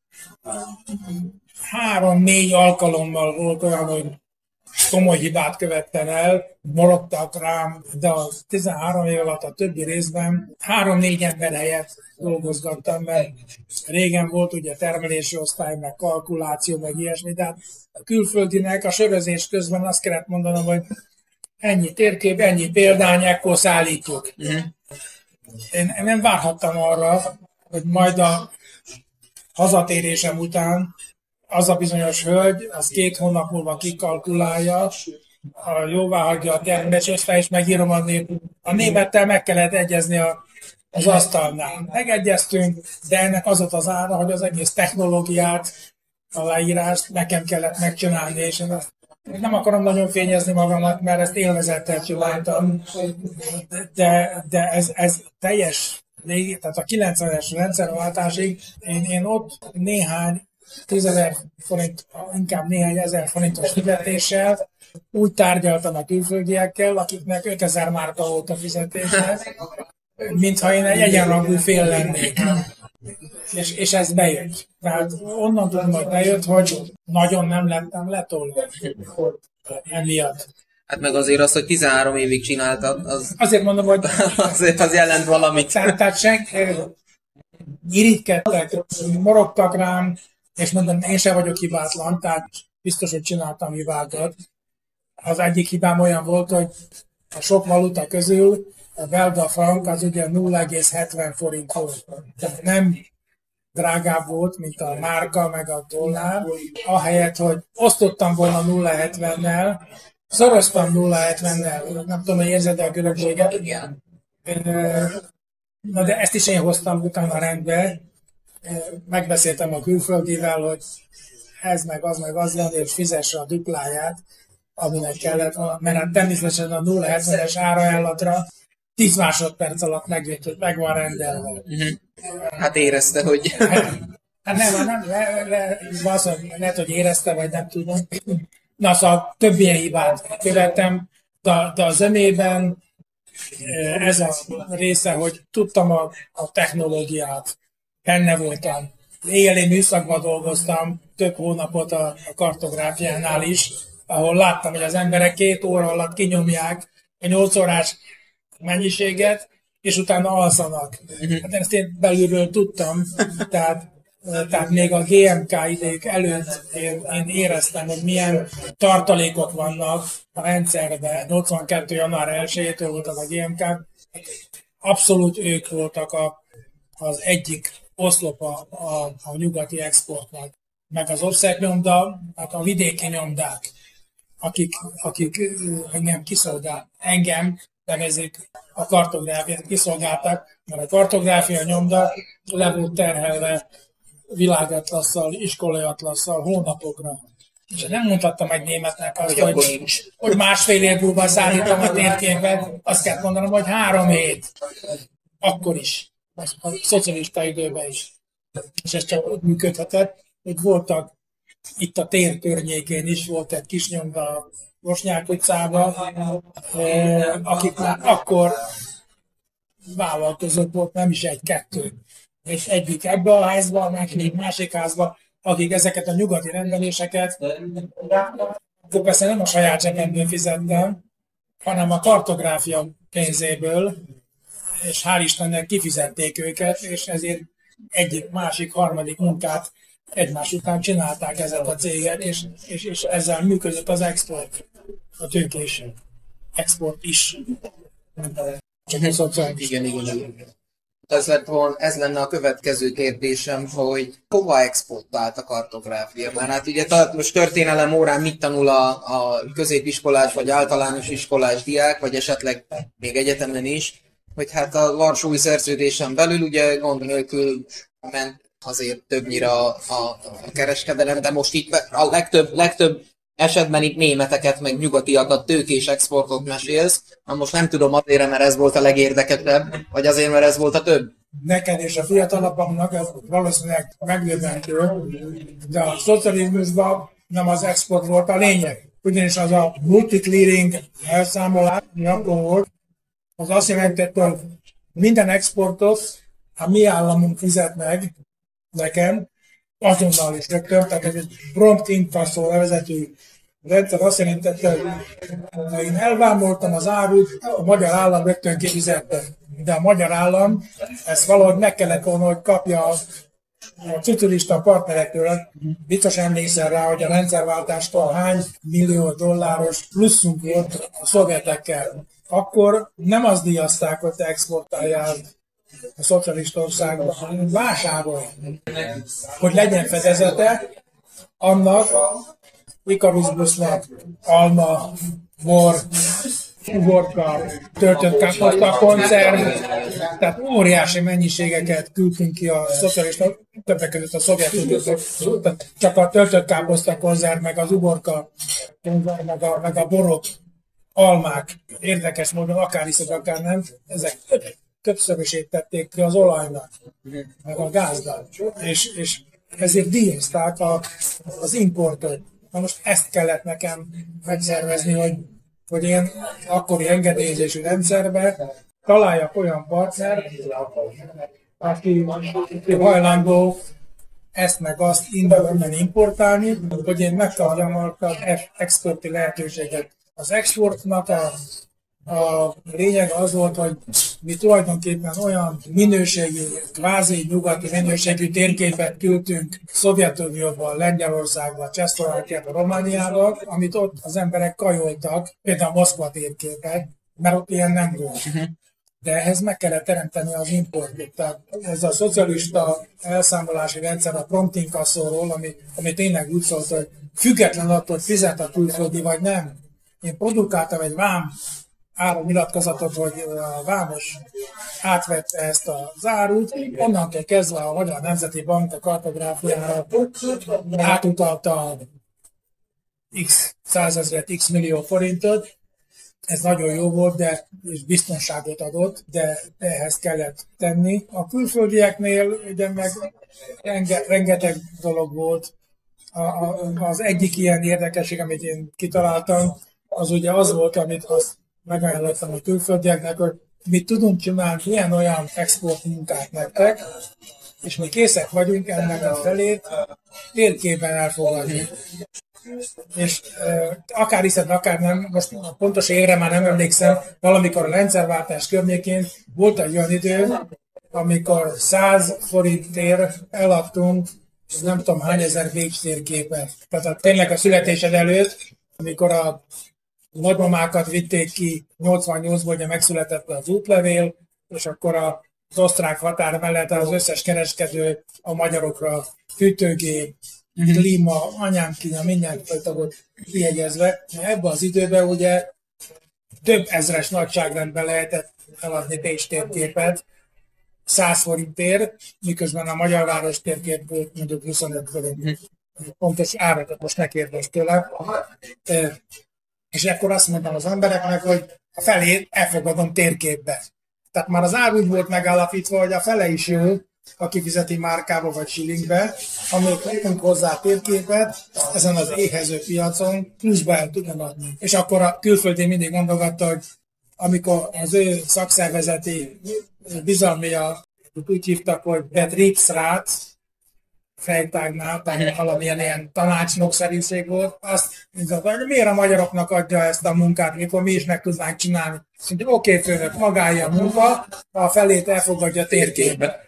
3-4 alkalommal volt olyan, hogy komoly hibát követtem el, morogtak rám, de a 13 év alatt a többi részben 3-4 ember helyett dolgozgattam, mert régen volt ugye termelési osztály, meg kalkuláció, meg ilyesmi, de a külföldinek a sörözés közben azt kellett mondanom, hogy ennyi térkép, ennyi példány, ekkor szállítjuk. Én nem várhattam arra, hogy majd a hazatérésem után az a bizonyos hölgy, az 2 hónap múlva kikalkulálja, jóváhagyja a termelési osztály, és megírom a némettel meg kellett egyezni az asztalnál. Megegyeztünk, de ennek az volt az ára, hogy az egész technológiát, a leírást nekem kellett megcsinálni, és én nem akarom nagyon fényezni magamat, mert ezt élvezettel csináltam, de ez teljes, tehát a 90-es rendszerváltásig én ott néhány 10 000 forint, inkább néhány ezer forintos fizetéssel úgy tárgyaltam a külföldiekkel, akiknek 5000 márka volt a fizetése, mintha én egy egyenrangú fél lennék. És ez bejött. Tehát onnan tudom, hogy bejött, hogy nagyon nem lettem letolva emiatt. Hát meg azért az, hogy 13 évig csináltad, az... Azért mondom, hogy... azért az jelent valamit. Tehát irigykedtek, morogtak rám, és mondom, én sem vagyok hibátlan, tehát biztos, hogy csináltam hibákat. Az egyik hibám olyan volt, hogy a sok valuta közül a belga frank az ugye 0,70 forint volt. Tehát nem drágább volt, mint a márka meg a dollár. Ahelyett, hogy osztottam volna 0,70-nel, szoroztam 0,70-nel. Nem tudom, hogy érzed a különbséget. Igen. Na de ezt is én hoztam utána rendbe. Megbeszéltem a külföldivel, hogy ez meg az van, és fizesse a dupláját, aminek kellett, mert hát természetesen a 0,70-es áraellatra 10 másodperc alatt megjött, hogy meg van rendelve. Hát érezte, hogy... Hát nem, lehet, hogy érezte, vagy nem tudom. Na, szóval több ilyen hibát követtem, de a zenében ez a része, hogy tudtam a technológiát, benne voltam. Éjjeli műszakban dolgoztam több hónapot a kartográfiánál is, ahol láttam, hogy az emberek 2 óra alatt kinyomják a 8 órás mennyiséget, és utána alszanak. Hát ezt én belülről tudtam, tehát még a GMK idejük előtt én éreztem, hogy milyen tartalékok vannak a rendszerben. 82. január 1-től voltak a GMK. Abszolút ők voltak az egyik oszlopa a nyugati exportnak. Meg az offset nyomda, hát a vidéki nyomdák, akik engem nevezik, a kartográfiát kiszolgáltak, mert a kartográfia nyomda le volt terhelve világatlasszal, iskolai atlasszal hónapokra. És nem mondhattam meg németnek azt, hogy másfél év múlva szállítom a térképet, azt kell mondanom, hogy 3 hét. Akkor is. A szocialista időben is. És ez csak úgy működhetett, hogy voltak itt a tér környékén is, volt egy kis nyomda Bosnyák utcában, akik már akkor vállalkozók volt, nem is 1-2. És egyik ebbe a házba, a másik házba, akik ezeket a nyugati rendeléseket, akkor persze nem a saját zsebemből fizettem, hanem a kartográfia pénzéből, és hál' Istennek kifizették őket, és ezért egyik, másik, harmadik munkát egymás után csinálták ezek a cégek, és ezzel működött az export, a tőkés export is. Igen. Ez lenne a következő kérdésem, hogy hova exportált a kartográfia? Mert hát ugye most történelem órán mit tanul a középiskolás vagy általános iskolás diák, vagy esetleg még egyetemen is, hogy hát a Varsói Szerződésen belül ugye gond nélkül ment azért többnyire a kereskedelem, de most itt a legtöbb esetben itt németeket, meg nyugatiakat, tőkés exportot mesélsz. Na most nem tudom azért, mert ez volt a legérdekesebb, vagy azért, mert ez volt a több. Neked és a fiatalabbaknak ez valószínűleg megdöbbentő, de a szocializmusban nem az export volt a lényeg. ugyanis az a multi-clearing elszámolás, ami akkor volt, az azt jelentette, hogy minden exportot a mi államunk fizet meg nekem, azonnal is rögtön, tehát ez egy prompt inkasszó nevezetű rendszer azt jelentette, hogy ha én elvámoltam az árut, a magyar állam rögtön kifizette. De a magyar állam ezt valahogy meg kellett volna, hogy kapja a citurista partnerektől. Biztos emlékszel rá, hogy a rendszerváltástól hány millió dolláros pluszunk volt a szovjetekkel. Akkor nem azt díjazták, hogy te exportáljál a szocialista országba, hanem vásárolj, hogy legyen fedezete annak, Ikarus busznak, alma, bor, uborka, töltött káposzta, koncerv, tehát óriási mennyiségeket küldtünk ki a szocialista, többek között a Szovjetuniótól, csak a töltött káposzta konzerv, meg az uborka konzerv, meg a borok, almák, érdekes módon, akár iszod, akár nem, ezek többszörösét tették ki az olajnak, meg a gáznak, és ezért díjazták az importot. Na most ezt kellett nekem megszervezni, hogy én akkori engedélyezésű rendszerben találjak olyan partner, aki hajlandó ezt meg azt innen importálni, hogy én megkapjam az exporti lehetőséget. Az exportnak a lényeg az volt, hogy mi tulajdonképpen olyan minőségű, kvázi nyugati minőségű térképet küldtünk Szovjetunióban, Lengyelországban, Csehszlovákiában, Romániában, amit ott az emberek kajoltak, például Moszkva térképet, mert ott ilyen nem volt. De ehhez meg kellett teremteni az importot. Tehát ez a szocialista elszámolási rendszer a prompt inkasszóról, ami tényleg úgy szólt, hogy független attól, hogy fizet a külföldi vagy nem. Én produkáltam egy vám áronyilatkozatot, hogy a vámos átvette ezt az árut, onnantól kezdve a Magyar Nemzeti Bank a kartográfiára átutalta x százezret, x millió forintot. Ez nagyon jó volt, de és biztonságot adott, de ehhez kellett tenni. A külföldieknél ugye meg rengeteg dolog volt. Az egyik ilyen érdekesség, amit én kitaláltam, az ugye az volt, amit azt megajánlottam a külföldieknek, hogy mi tudunk csinálni ilyen-olyan export munkát nektek, és mi készek vagyunk ennek a felét térképen elfogadni. És akár hiszed, akár nem, most a pontos évre már nem emlékszem, valamikor a rendszerváltás környékén volt egy olyan idő, amikor 100 forintért eladtunk nem tudom hány ezer Bécs térképet. Tehát tényleg a születésed előtt, amikor a nagymamákat vitték ki 88-ból, ugye megszületett az útlevél, és akkor az osztrák határ mellett az összes kereskedő a magyarokra fűtőgép, klíma, anyámkínya, mindent volt kiegyezve. Ebben az időben ugye több ezres nagyságrendben lehetett eladni Pécs térképet 100 forintért, miközben a magyar város térkép volt mondjuk 25 forint. Pontos árakat most ne kérdezz tőlem. És akkor azt mondtam az embereknek, hogy a felét elfogadom térképbe. Tehát már az ár úgy volt megállapítva, hogy a fele is jó, aki fizeti márkába vagy shillingbe, amíg kapunk hozzá térképet, ezen az éhező piacon pluszba el tudnak adni. És akkor a külföldi mindig mondogatta, hogy amikor az ő szakszervezeti bizalmia, úgy hívtak, hogy Bad Ripsrác, fejtágnál, tehát valamilyen ilyen tanácsnokszerűség volt, azt mondta, hogy miért a magyaroknak adja ezt a munkát, mikor mi is meg tudnánk csinálni. Szóval oké, főnök, magája a munka, a felét elfogadja térképbe.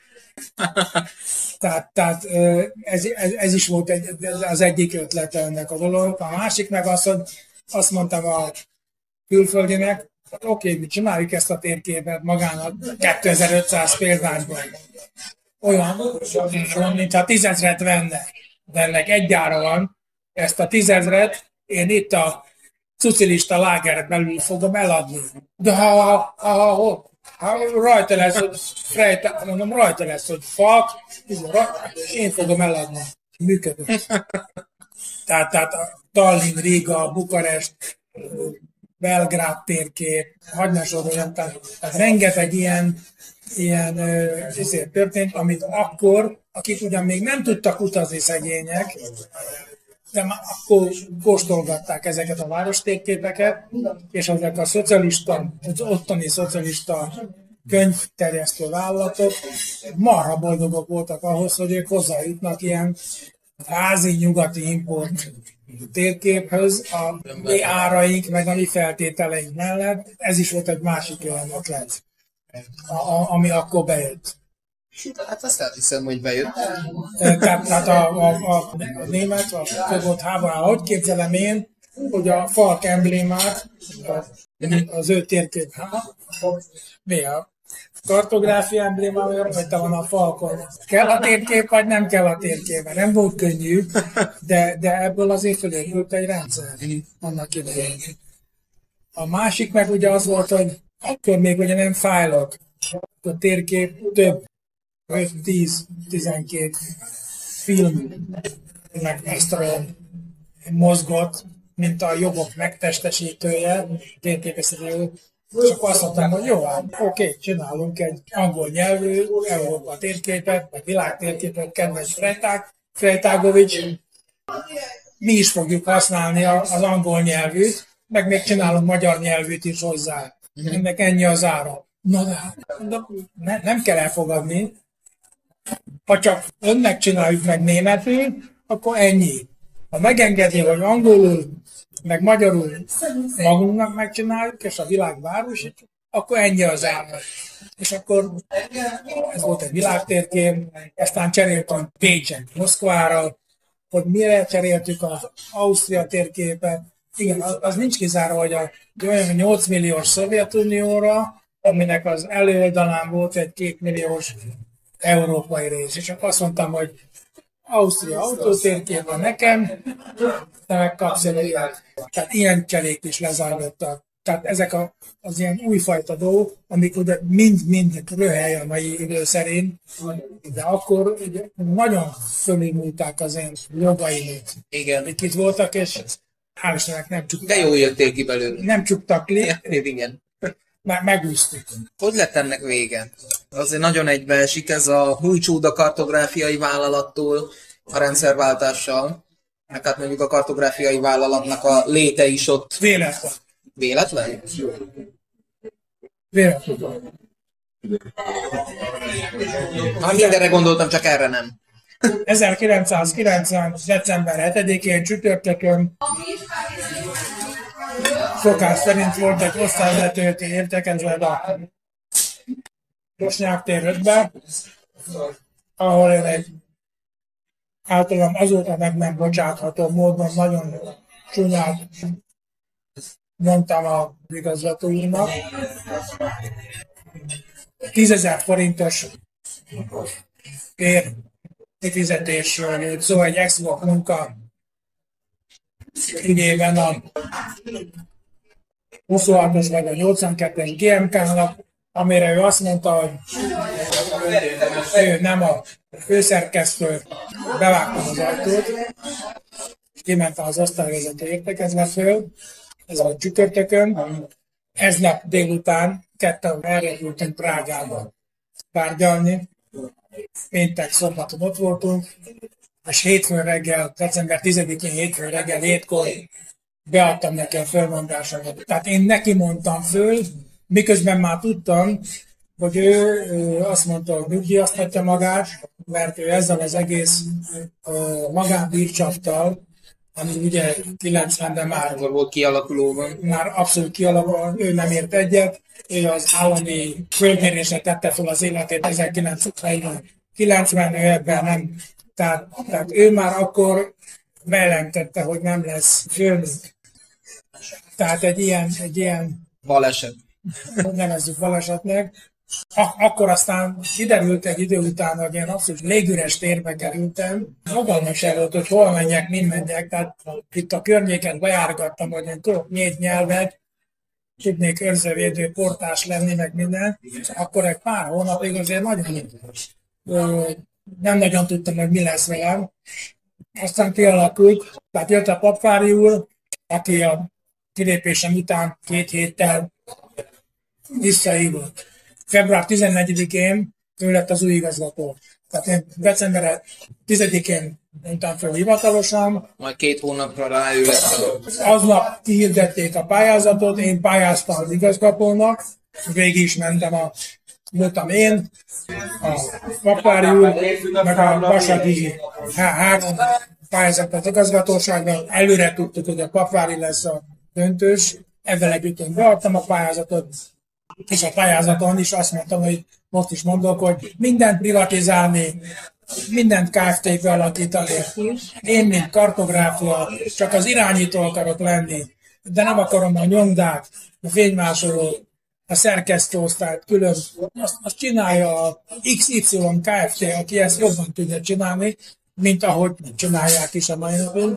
Tehát ez is volt az egyik ötlete ennek a dolog. A másik meg az, hogy azt mondtam a külföldinek, hogy oké, mi csináljuk ezt a térképet magának 2500 példányban. Olyan, mintha 10 000-et vennek, de ennek egy ára van, ezt a 10 000-et én itt a szocialista lágeret belül fogom eladni. De ha rajta lesz, hogy frejt, mondom, rajta lesz, hogy fak, és én fogom eladni. Működött. Tehát a Tallinn, Riga, Bukarest, Belgrád térkép, hagyd ne soroljam, tehát rengeteg ilyen történt, amit akkor, akik ugyan még nem tudtak utazni szegények, de már akkor kóstolgatták ezeket a várostérképeket, és ezek a szocialista, az ottani szocialista könyvterjesztő vállalatok marha boldogok voltak ahhoz, hogy ők hozzájutnak ilyen házi nyugati import térképhöz, a mi áraink, meg a mi feltételeink mellett. Ez is volt egy másik olyan ötlet, ami akkor bejött. Hát azt elhiszem, hogy bejött. Tehát a német, a fogott háború, hogy képzelem én, hogy a falk emblémát, az ő térkép, mi a kartográfia emblémája, vagy te van a falkon. Kell a térkép, vagy nem kell a térkép? Nem volt könnyű, de ebből azért fölépült egy rendszer annak idején. A másik meg ugye az volt, hogy akkor még ugye nem fájlok. A térkép több 5-10-12 film meg extra mozgott, mint a jogok megtestesítője, térképészítő. És akkor azt mondtam, hogy jó, hát oké, csinálunk egy angol nyelvű Európa térképet, vagy világ térképet, kedves Frejtágovics. Mi is fogjuk használni az angol nyelvűt, meg még csinálunk magyar nyelvűt is hozzá. Ennek ennyi az ára. Na de nem kell elfogadni. Ha csak önnek csináljuk meg németül, akkor ennyi. Ha megengedi, hogy angolul, meg magyarul magunknak megcsináljuk, és a világ városít, akkor ennyi az ára. És akkor ez volt egy világtérkép, aztán cseréltünk Pécset Moszkvára, hogy mire cseréltük az Ausztria térképet. Igen, az nincs kizárva, hogy olyan 8 milliós Szovjetunióra, aminek az előoldalán volt egy 2 milliós európai rész. És akkor azt mondtam, hogy Ausztria autótérkép van nekem, te megkapsz egy ilyet. Tehát ilyen cserék is lezajlottak. Tehát ezek az ilyen újfajta dolgok, amik ugye mind röhely a mai idő szerint, de akkor ugye nagyon fölülmúlták az én jogaimat. Igen. Itt voltak, és hál' Istennek nem csuktak. De jól jöttél ki belőle. Nem csuktak le, Igen. megúsztuk. Hogy lett ennek vége? Azért nagyon egybeesik ez a Hújcsúda kartográfiai vállalattól a rendszerváltással, meg hát mondjuk a kartográfiai vállalatnak a léte is ott. Véletlen. Véletlen? Véletlen. Hát mindenre gondoltam, csak erre nem. 1990. december 7-én csütörtökön szokás szerint volt egy osztályvezetőti értekezlet a Bosnyák tér 5-ben, ahol én egy általában azóta meg nem bocsátható módon nagyon csúnyát mondtam a igazgató úrnak. 10 000 forintos fizetésről, szóval egy ex-vok munka ügyében a 26-os vagy a 82-es GMK-nak, amire ő azt mondta, hogy ő nem a főszerkesztő, bevágtam az ajtót, és kimentem az osztályvezető értekezletről, ez a csütörtökön, eznap délután ketten elrepültünk Prágába tárgyalni, péntek, szombaton ott voltunk, és hétfőn reggel, december 10-én hétfőn reggel 7-kor beadtam neki a fölmondásomat. Tehát én neki mondtam föl, miközben már tudtam, hogy ő azt mondta, hogy nyugdíjaztatja magát, mert ő ezzel az egész magánbírcsaptal, ami ugye 90-ben már volt kialakulóban. Már abszolút kialakulóban, ő nem ért egyet, ő az állami földmérésre tette fel az életét 1990, ő ebben nem. Tehát ő már akkor bejelentette, hogy nem lesz főnök. Tehát egy ilyen baleset. Nevezzük balesetnek. Akkor aztán kiderült egy idő után, hogy én abszolút légüres térbe kerültem. Fogalmam sem volt, hogy hol menjek, mind menjek. Tehát itt a környéken bejárgattam, hogy én tudok 4 nyelvet, tudnék őrzővédő portás lenni, meg minden. Akkor egy pár hónapig azért nem nagyon tudtam, hogy mi lesz velem. Aztán kialakult, tehát jött a Papvári úr, aki a kilépésem után 2 héttel visszahívott. Február 14-én ő lett az új igazgató. Tehát én december 10-én mondtam föl hivatalosan. Majd 2 hónapra ráülök. Aznap kihirdették a pályázatot, én pályáztam az igazgatónak, végig is mentem voltam én, a Papári úr, meg a Vasadi három pályázat az igazgatóságban. Előre tudtuk, hogy a Papári lesz a döntős. Ezzel együtt én beadtam a pályázatot, és a pályázaton is azt mondtam, hogy most is mondok, hogy mindent privatizálni, mindent Kft-be alakítani. Én, mint kartográfia, csak az irányító akarok lenni, de nem akarom a nyomdát, a fénymásoló, a szerkesztőosztályt külön. Azt csinálja a XY Kft., aki ezt jobban tudja csinálni, mint ahogy csinálják is a mai napon.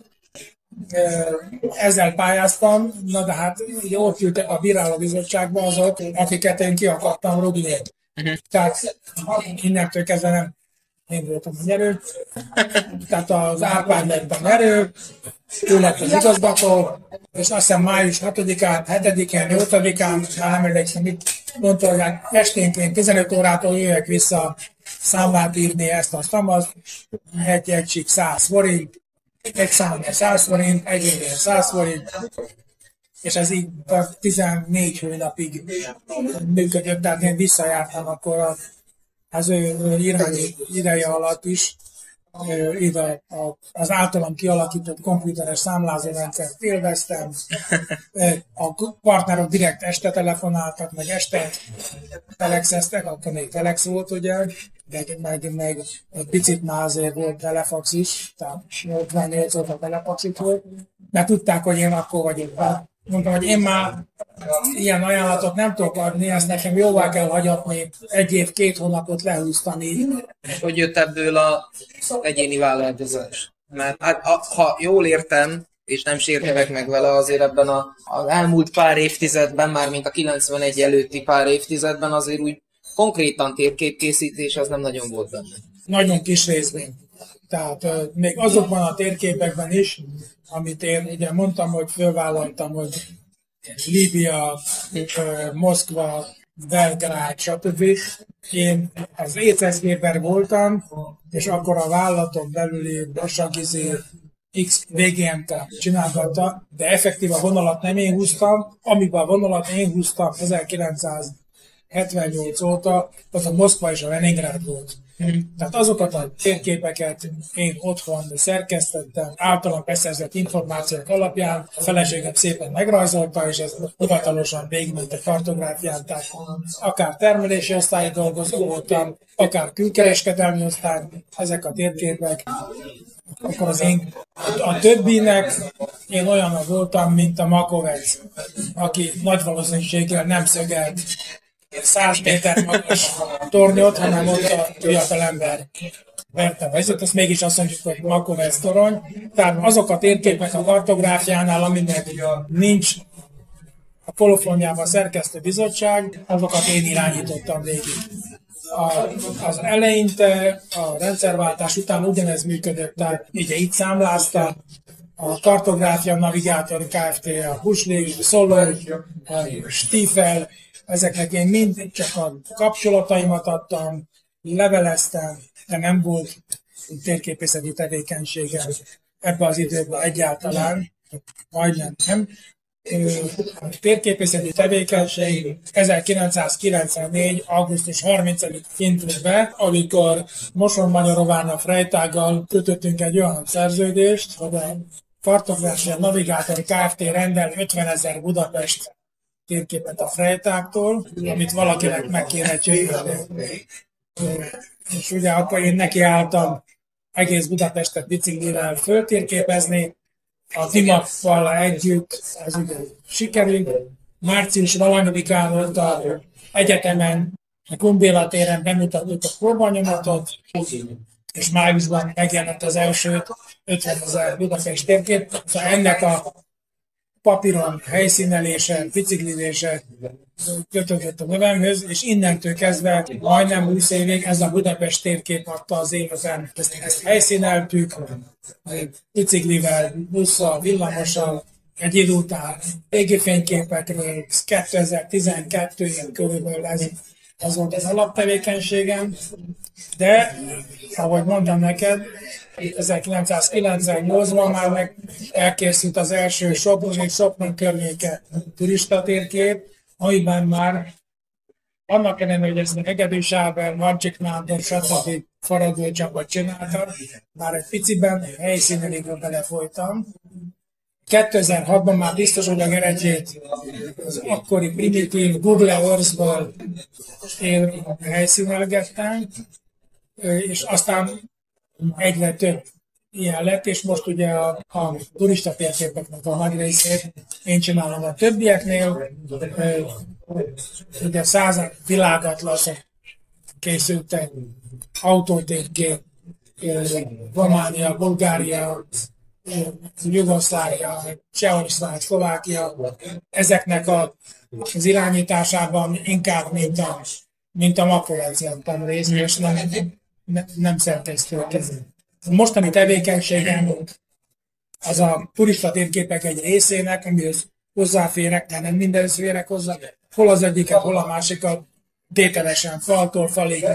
Ezzel pályáztam, na de hát ugye ott ültek a bírálóbizottságban azok, akiket én ki akartam rúgni. Tehát innentől kezdve nem én voltam a nyerő. Tehát az Árpád lett a nyerő, ő lett az igazgató, és azt hiszem május 6-án, 7-én, 8-án, már nem emlékszem, mit mondta, hogy esténként 15 órától jöjjek vissza számlát írni ezt a szamazt, egy egység 100 forint, egy számla 100 forint, egy évén 100 forint, és ez így 14 hónapig működött, tehát én visszajártam akkor az ő irányi ideje alatt is, ide az általam kialakított komputeres számlázórendszert élveztem. A partnerok direkt este telefonáltak, meg este telexeztek, akkor még telex volt ugye, meg egy picit már azért volt telefax is, tehát 88 óta telefaxit volt, mert tudták, hogy én akkor vagyok. Mondtam, hogy én már ilyen ajánlatot nem tudok adni, ezt nekem jóvá kell hagyatni, 1 év, 2 hónapot lehúztani. Hogy jött ebből a egyéni vállalkozás? Mert hát, ha jól értem, és nem sértevek meg vele, azért ebben az elmúlt pár évtizedben, már mint a 91 előtti pár évtizedben azért úgy konkrétan térképkészítés az nem nagyon volt benne. Nagyon kis részben. Tehát még azokban a térképekben is, amit én ugye mondtam, hogy fölvállaltam, hogy Líbia, Moszkva, Belgrád, stb. Én az ECSG-ben voltam, és akkor a vállalaton belüli Basagizi X VGMT csinálgatta, de effektív a vonalat nem én húztam, amiben a vonalat én húztam 1978 óta, az a Moszkva és a Leningrád volt. Tehát azokat a térképeket én otthon szerkesztettem, általam beszerzett információk alapján, a feleségem szépen megrajzolta, és ez hivatalosan végigment a kartográfián, tehát akár termelési osztályi dolgozó voltam, akár külkereskedelmi osztály, ezek a térképek. Akkor a többinek én olyan voltam, mint a Makovec, aki nagy valószínűséggel nem szögelt 100 méter magas tornyot, hanem ott a fiatal ember verte vezet, azt mégis azt mondjuk, hogy Makovec torony. Tehát azok a térképek a kartográfiánál, aminek nincs a kolofonjában a szerkesztő bizottság, azokat én irányítottam végig. Az eleinte, a rendszerváltás után ugyanez működött, tehát ugye itt számlázta, a Kartográfia Navigátor Kft., a Husli, Szoló, a Stiefel, ezeknek én mind csak a kapcsolataimat adtam, leveleztem, de nem volt térképészeti tevékenységem ebben az időben egyáltalán, majdnem nem. A térképészeti tevékenység 1994. augusztus 30-án indult be, amikor Moson-Magyarován a Freytággal kötöttünk egy olyan szerződést, hogy a Kartográfia Navigátor Kft. Rendel 50 000 Budapest térképet a Freytágtól, amit valakinek meg kéne csinálni. És ugye akkor én nekiálltam egész Budapestet biciklivel föltérképezni, a Dimappal együtt, ez ugye sikerült. Március valamikán volt az egyetemen, a Kumbéla téren bemutattuk a próbanyomatot, és májusban megjelent az első 50 000 Budapest térkép. Szóval ennek a papíron helyszínelése, biciklilése kötődött a nevemhöz, és innentől kezdve majdnem 20 évig ez a Budapest térkép adta az életem. Ezt helyszíneltük, biciklivel, busszal, villamossal, egy idő után égifényképekről, 2012-ig körülbelül ez Ez volt az alaptevékenységem, de, ahogy mondtam neked, 1998-ban már elkészült az első Sopron környéke turistatérkép, amiben már annak ellenére, hogy ezt Hegedűs Ábel, Marcsik Nándor, stb. Faragó csapat csináltak, már egy piciben helyszínelékről belefolytam. 2006-ban már biztos, hogy a Gerecsét az akkori primitív Google Earth-ból én helyszínelgettem, és aztán egyre több ilyen lett, és most ugye a turista térképeknek a nagy részét én csinálom a többieknél. Ugye 100 világatlaszok készültek, autótérkép, Románia, Bulgária, Jugoszlávia, Csehország, Szlovákia, ezeknek az irányításában inkább, mint a makrovenciántam részt, és nem szerkesztőként. A mostani tevékenységem az a turista térképek egy részének, amihez hozzáférek, de nem mindenhez férek hozzá, hol az egyiket, hol a másikat, tételesen faltól falig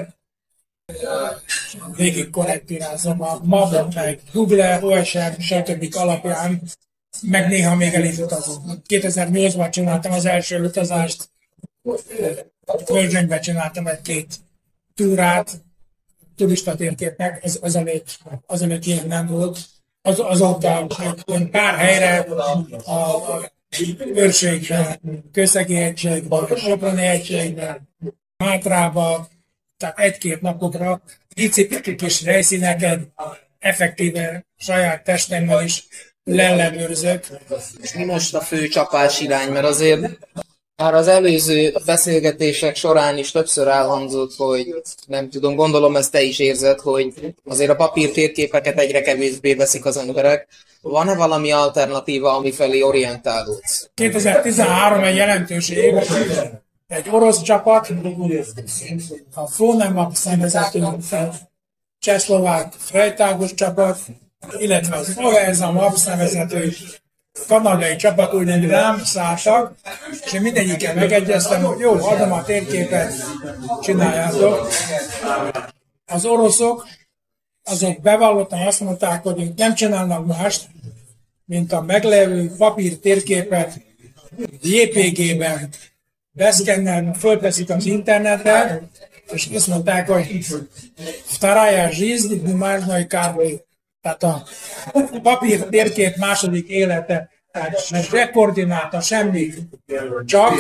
végig korrektírázom a MAP, meg Google, OSM, stb. Alapján, meg néha még el is utazom. 2008-ban csináltam az első utazást, Völgyöngyben csináltam egy-két túrát, turista térképnek, az előtt ilyen nem volt. Azóta pár helyre a Őrségben, Kőszegi egységben, Soproni egységben, Mátrába, tehát egy-két napokra icipici kis helyszíneket effektíve saját testemmel is leellenőrzök. És mi most a fő csapás irány, mert azért már az előző beszélgetések során is többször elhangzott, hogy nem tudom, gondolom ezt te is érzed, hogy azért a papír térképeket egyre kevésbé veszik az emberek. Van-e valami alternatíva, amifelé orientálódsz? 2013 egy jelentős év, egy orosz csapat, a Flonemap szervezetű csehszlovák frejtágos csapat, illetve az Averza Map szervezetű kanadai csapat úgy rám szálltak, és én mindegyikkel megegyeztem, hogy jó, adom a térképet, csináljátok. Az oroszok, azok bevallottan azt mondták, hogy ők nem csinálnak mást, mint a meglevő papír térképet JPG-ben beszkennelni, fölteszik az internetre, és azt mondták, hogy Vtaraya жизнь бумажной карты. Tehát a papír térkép második élete, tehát se koordináta, semmi, csak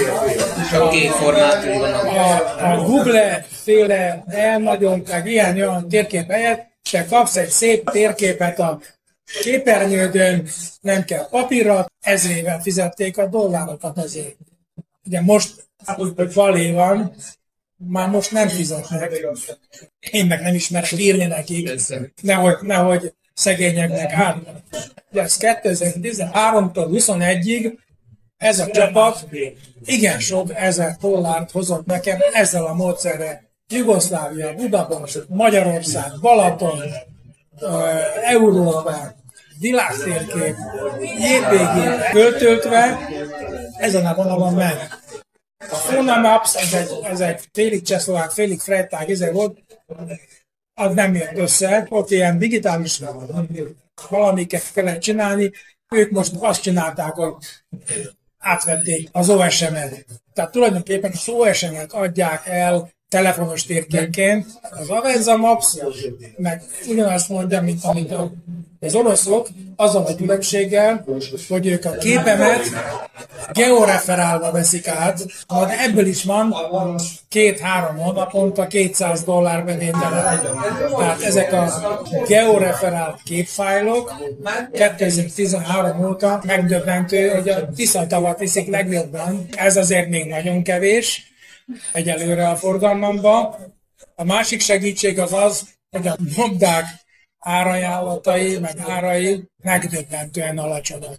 a Google féle elnagyolták ilyen térkép helyett, te kapsz egy szép térképet a képernyődön, nem kell papírra, ezrével fizették a dollárokat azért. Ugye most, hogy valé van, már most nem fizetnek. Én meg nem ismerek írni nekik, nehogy szegényeknek át. De ez 2013-tól 21-ig ez a csapat igen sok ezer dollárt hozott nekem ezzel a módszerrel. Jugoszlávia, Budapest, Magyarország, Balaton, Európa, világtérkép, JPG költöltve, ezen a vonalon ment. A Phonemaps, ez egy félig csehszlovák, félig frejtág, volt, az nem jött össze, ott ilyen digitális valamiket kellett csinálni, ők most azt csinálták, hogy átvették az OSM-et. Tehát tulajdonképpen az OSM-et adják el telefonos térképként, az Averza Maps, meg ugyanazt mondja, mint amit az oroszok, azzal a különbséggel, hogy ők a képemet georeferálva veszik át, de ebből is van 2-3 hónaponta $200 bevétele. Tehát ezek a georeferált képfájlok 2013 óta megdöbbentő, hogy a Tisza-tavat viszik legjobban. Ez azért még nagyon kevés egyelőre a forgalmamban. A másik segítség az, hogy a nyomdák árajánlatai, meg árai megdöbbentően alacsonyak.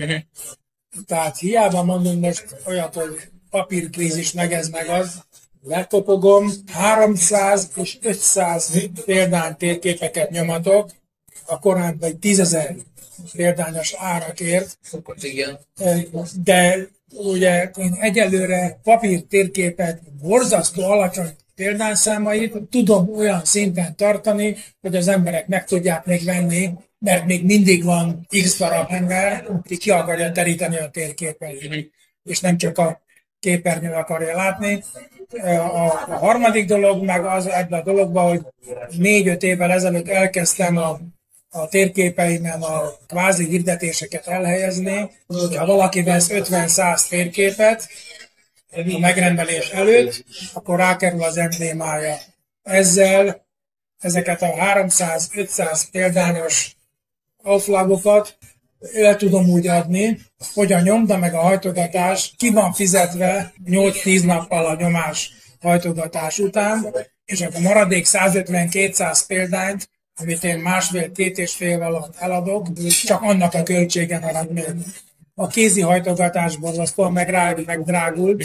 Tehát hiába mondunk most olyat, hogy papírkrízis, meg ez, meg az, lekopogom, 300 és 500 példány térképeket nyomatok, a korán vagy 10.000 példányos árakért. Igen. De ugye én egyelőre papír térképet borzasztó alacsony példányszámait tudom olyan szinten tartani, hogy az emberek meg tudják még venni, mert még mindig van X darab ember, aki ki akarja teríteni a térképet, és nem csak a képernyőn akarja látni. A harmadik dolog meg az ebben a dologban, hogy 4-5 évvel ezelőtt elkezdtem a térképeimen a kvázi hirdetéseket elhelyezni, hogyha valaki vesz 50-100 térképet a megrendelés előtt, akkor rákerül az emblémája. Ezzel ezeket a 300-500 példányos auflagokat el tudom úgy adni, hogy a nyomda meg a hajtogatás ki van fizetve 8-10 nappal a nyomás hajtogatás után, és akkor maradék 150-200 példányt, amit én 1,5-2 és fél alatt eladok, csak annak a költsége marad még. A kézi hajtogatás borzasztóan megdrágult,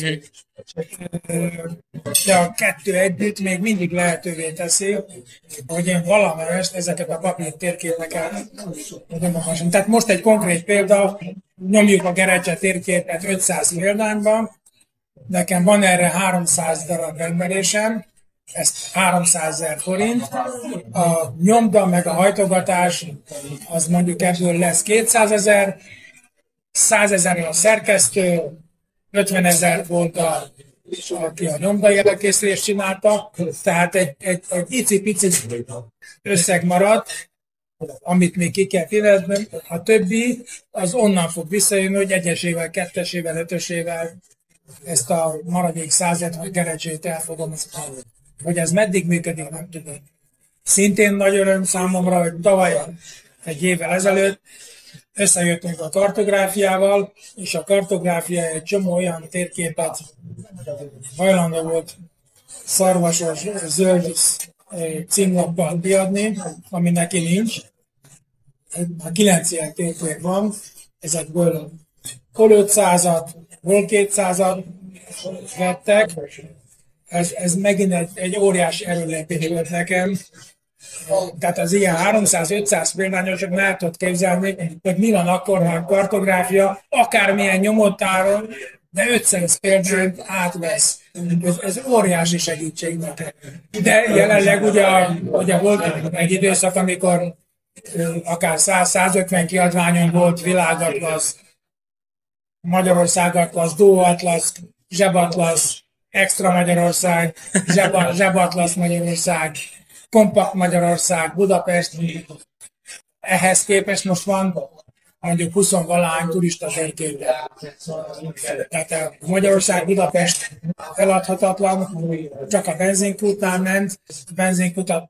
de a kettő együtt még mindig lehetővé teszi, hogy én valamelyest ezeket a papír térképeket nyomogassam. Tehát most egy konkrét példa, nyomjuk a Gerecse térképet 500 példányban, nekem van erre 300 darab rendelésem, ez 300 000 forint, a nyomda meg a hajtogatás, az mondjuk ebből lesz 200 000, 100 000 a szerkesztő, 50 000 volt aki a nyomdai előkészítést csinálta, tehát egy icipici összeg maradt, amit még ki kell fizetni. A többi az onnan fog visszajönni, hogy egyesével, kettesével, ötösével ezt a maradék 150 Gerecsét el fogom. Hogy ez meddig működik, nem tudom. Szintén nagy öröm számomra, hogy tavaly egy évvel ezelőtt összejöttünk a kartográfiával, és a kartográfia egy csomó olyan térképet hajlandó volt szarvasos, zöld címlappal kiadni, ami neki nincs. 9 ilyen térkép van, ezekből hol 500-at, hol 200-at vettek. Ez megint egy óriási erőlépés volt nekem. Tehát az ilyen 300-500 példányosok nem tudod képzelni, hogy mi van akkor, ha a kartográfia akármilyen nyomottáron, de 500 példányt átvesz. Ez óriási segítség nekem. De jelenleg ugye volt egy időszak, amikor akár 100-150 kiadványon volt világatlasz, Magyarország atlasz, Dó atlasz, zsebatlasz, Extra Magyarország, zsebatlasz Magyarország, Kompakt Magyarország, Budapest. Ehhez képest most van mondjuk 20-valahány turista térkép. Tehát Magyarország, Budapest eladhatatlan, csak a benzinkútnál ment. A benzinkutat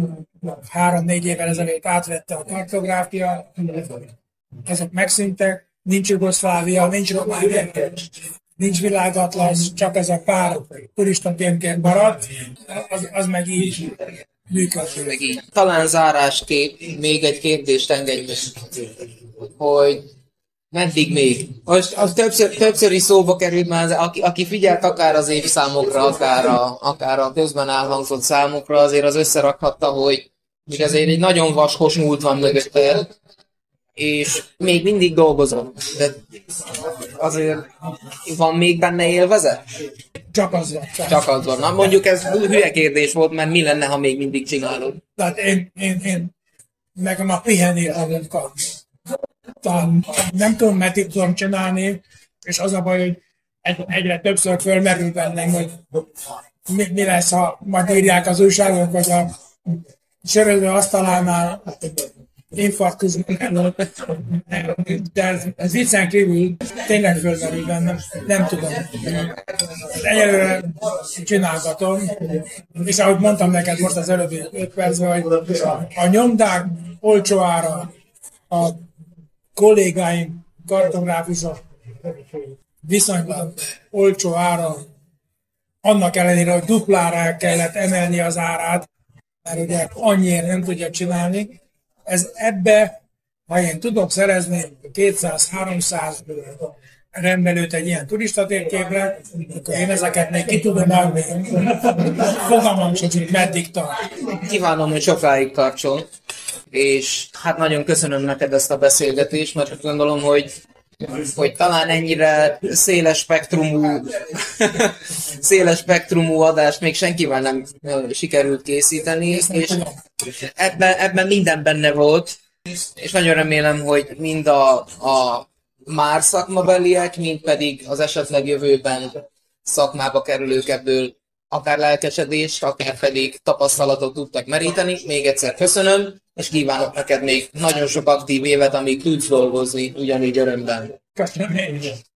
13-4 évvel ezelőtt átvette a kartográfia. Ezek megszűntek, nincs Jugoszlávia, nincs Románia, nincs világatlasz, csak ez a pár turista térkép maradt, az meg így működik. Talán zárásképp még egy kérdést engedj meg, hogy meddig még? Most az többször is szóba került már, aki figyelt akár az évszámokra, akár a közben elhangzott számokra, azért az összerakhatta, hogy még azért egy nagyon vaskos múlt van mögötte, és még mindig dolgozom. De azért van még benne élvezet? Csak az van. Csak az van. Na, mondjuk ez hülye kérdés volt, mert mi lenne, ha még mindig csinálod? Tehát én nekem a pihenni a munka. Nem tudom, meddig tudom csinálni, és az a baj, hogy egyre többször fölmerül bennem, hogy mi lesz, ha majd írják az újságok, hogy a söröző asztalánál infarktus előtt. De ez viccen kívül tényleg fölmerül bennem, nem tudom. Egyelőre csinálgatom, és ahogy mondtam neked most az előbbi 5 percben, hogy a nyomdák olcsó ára, a kollégáim, kartográfusok viszonylag olcsó ára, annak ellenére, hogy duplára kellett emelni az árát, mert ugye annyiért nem tudja csinálni. Ez ebbe, ha én tudok szerezni 200-300 rendelőt egy ilyen turistatérképre, akkor én ezeket még ki tudom adni. Fogalmam sincs, hogy meddig tart. Kívánom, hogy sokáig tartson, és hát nagyon köszönöm neked ezt a beszélgetést, mert azt gondolom, hogy hogy talán ennyire széles spektrumú adást még senkivel nem sikerült készíteni, és ebben minden benne volt, és nagyon remélem, hogy mind a már szakmabeliek, mind pedig az esetleg jövőben szakmába kerülők ebből akár lelkesedést, akár pedig tapasztalatot tudtak meríteni. Még egyszer köszönöm, és kívánok neked még nagyon sok aktív évet, amíg tudsz dolgozni ugyanígy örömben. Köszönöm én is.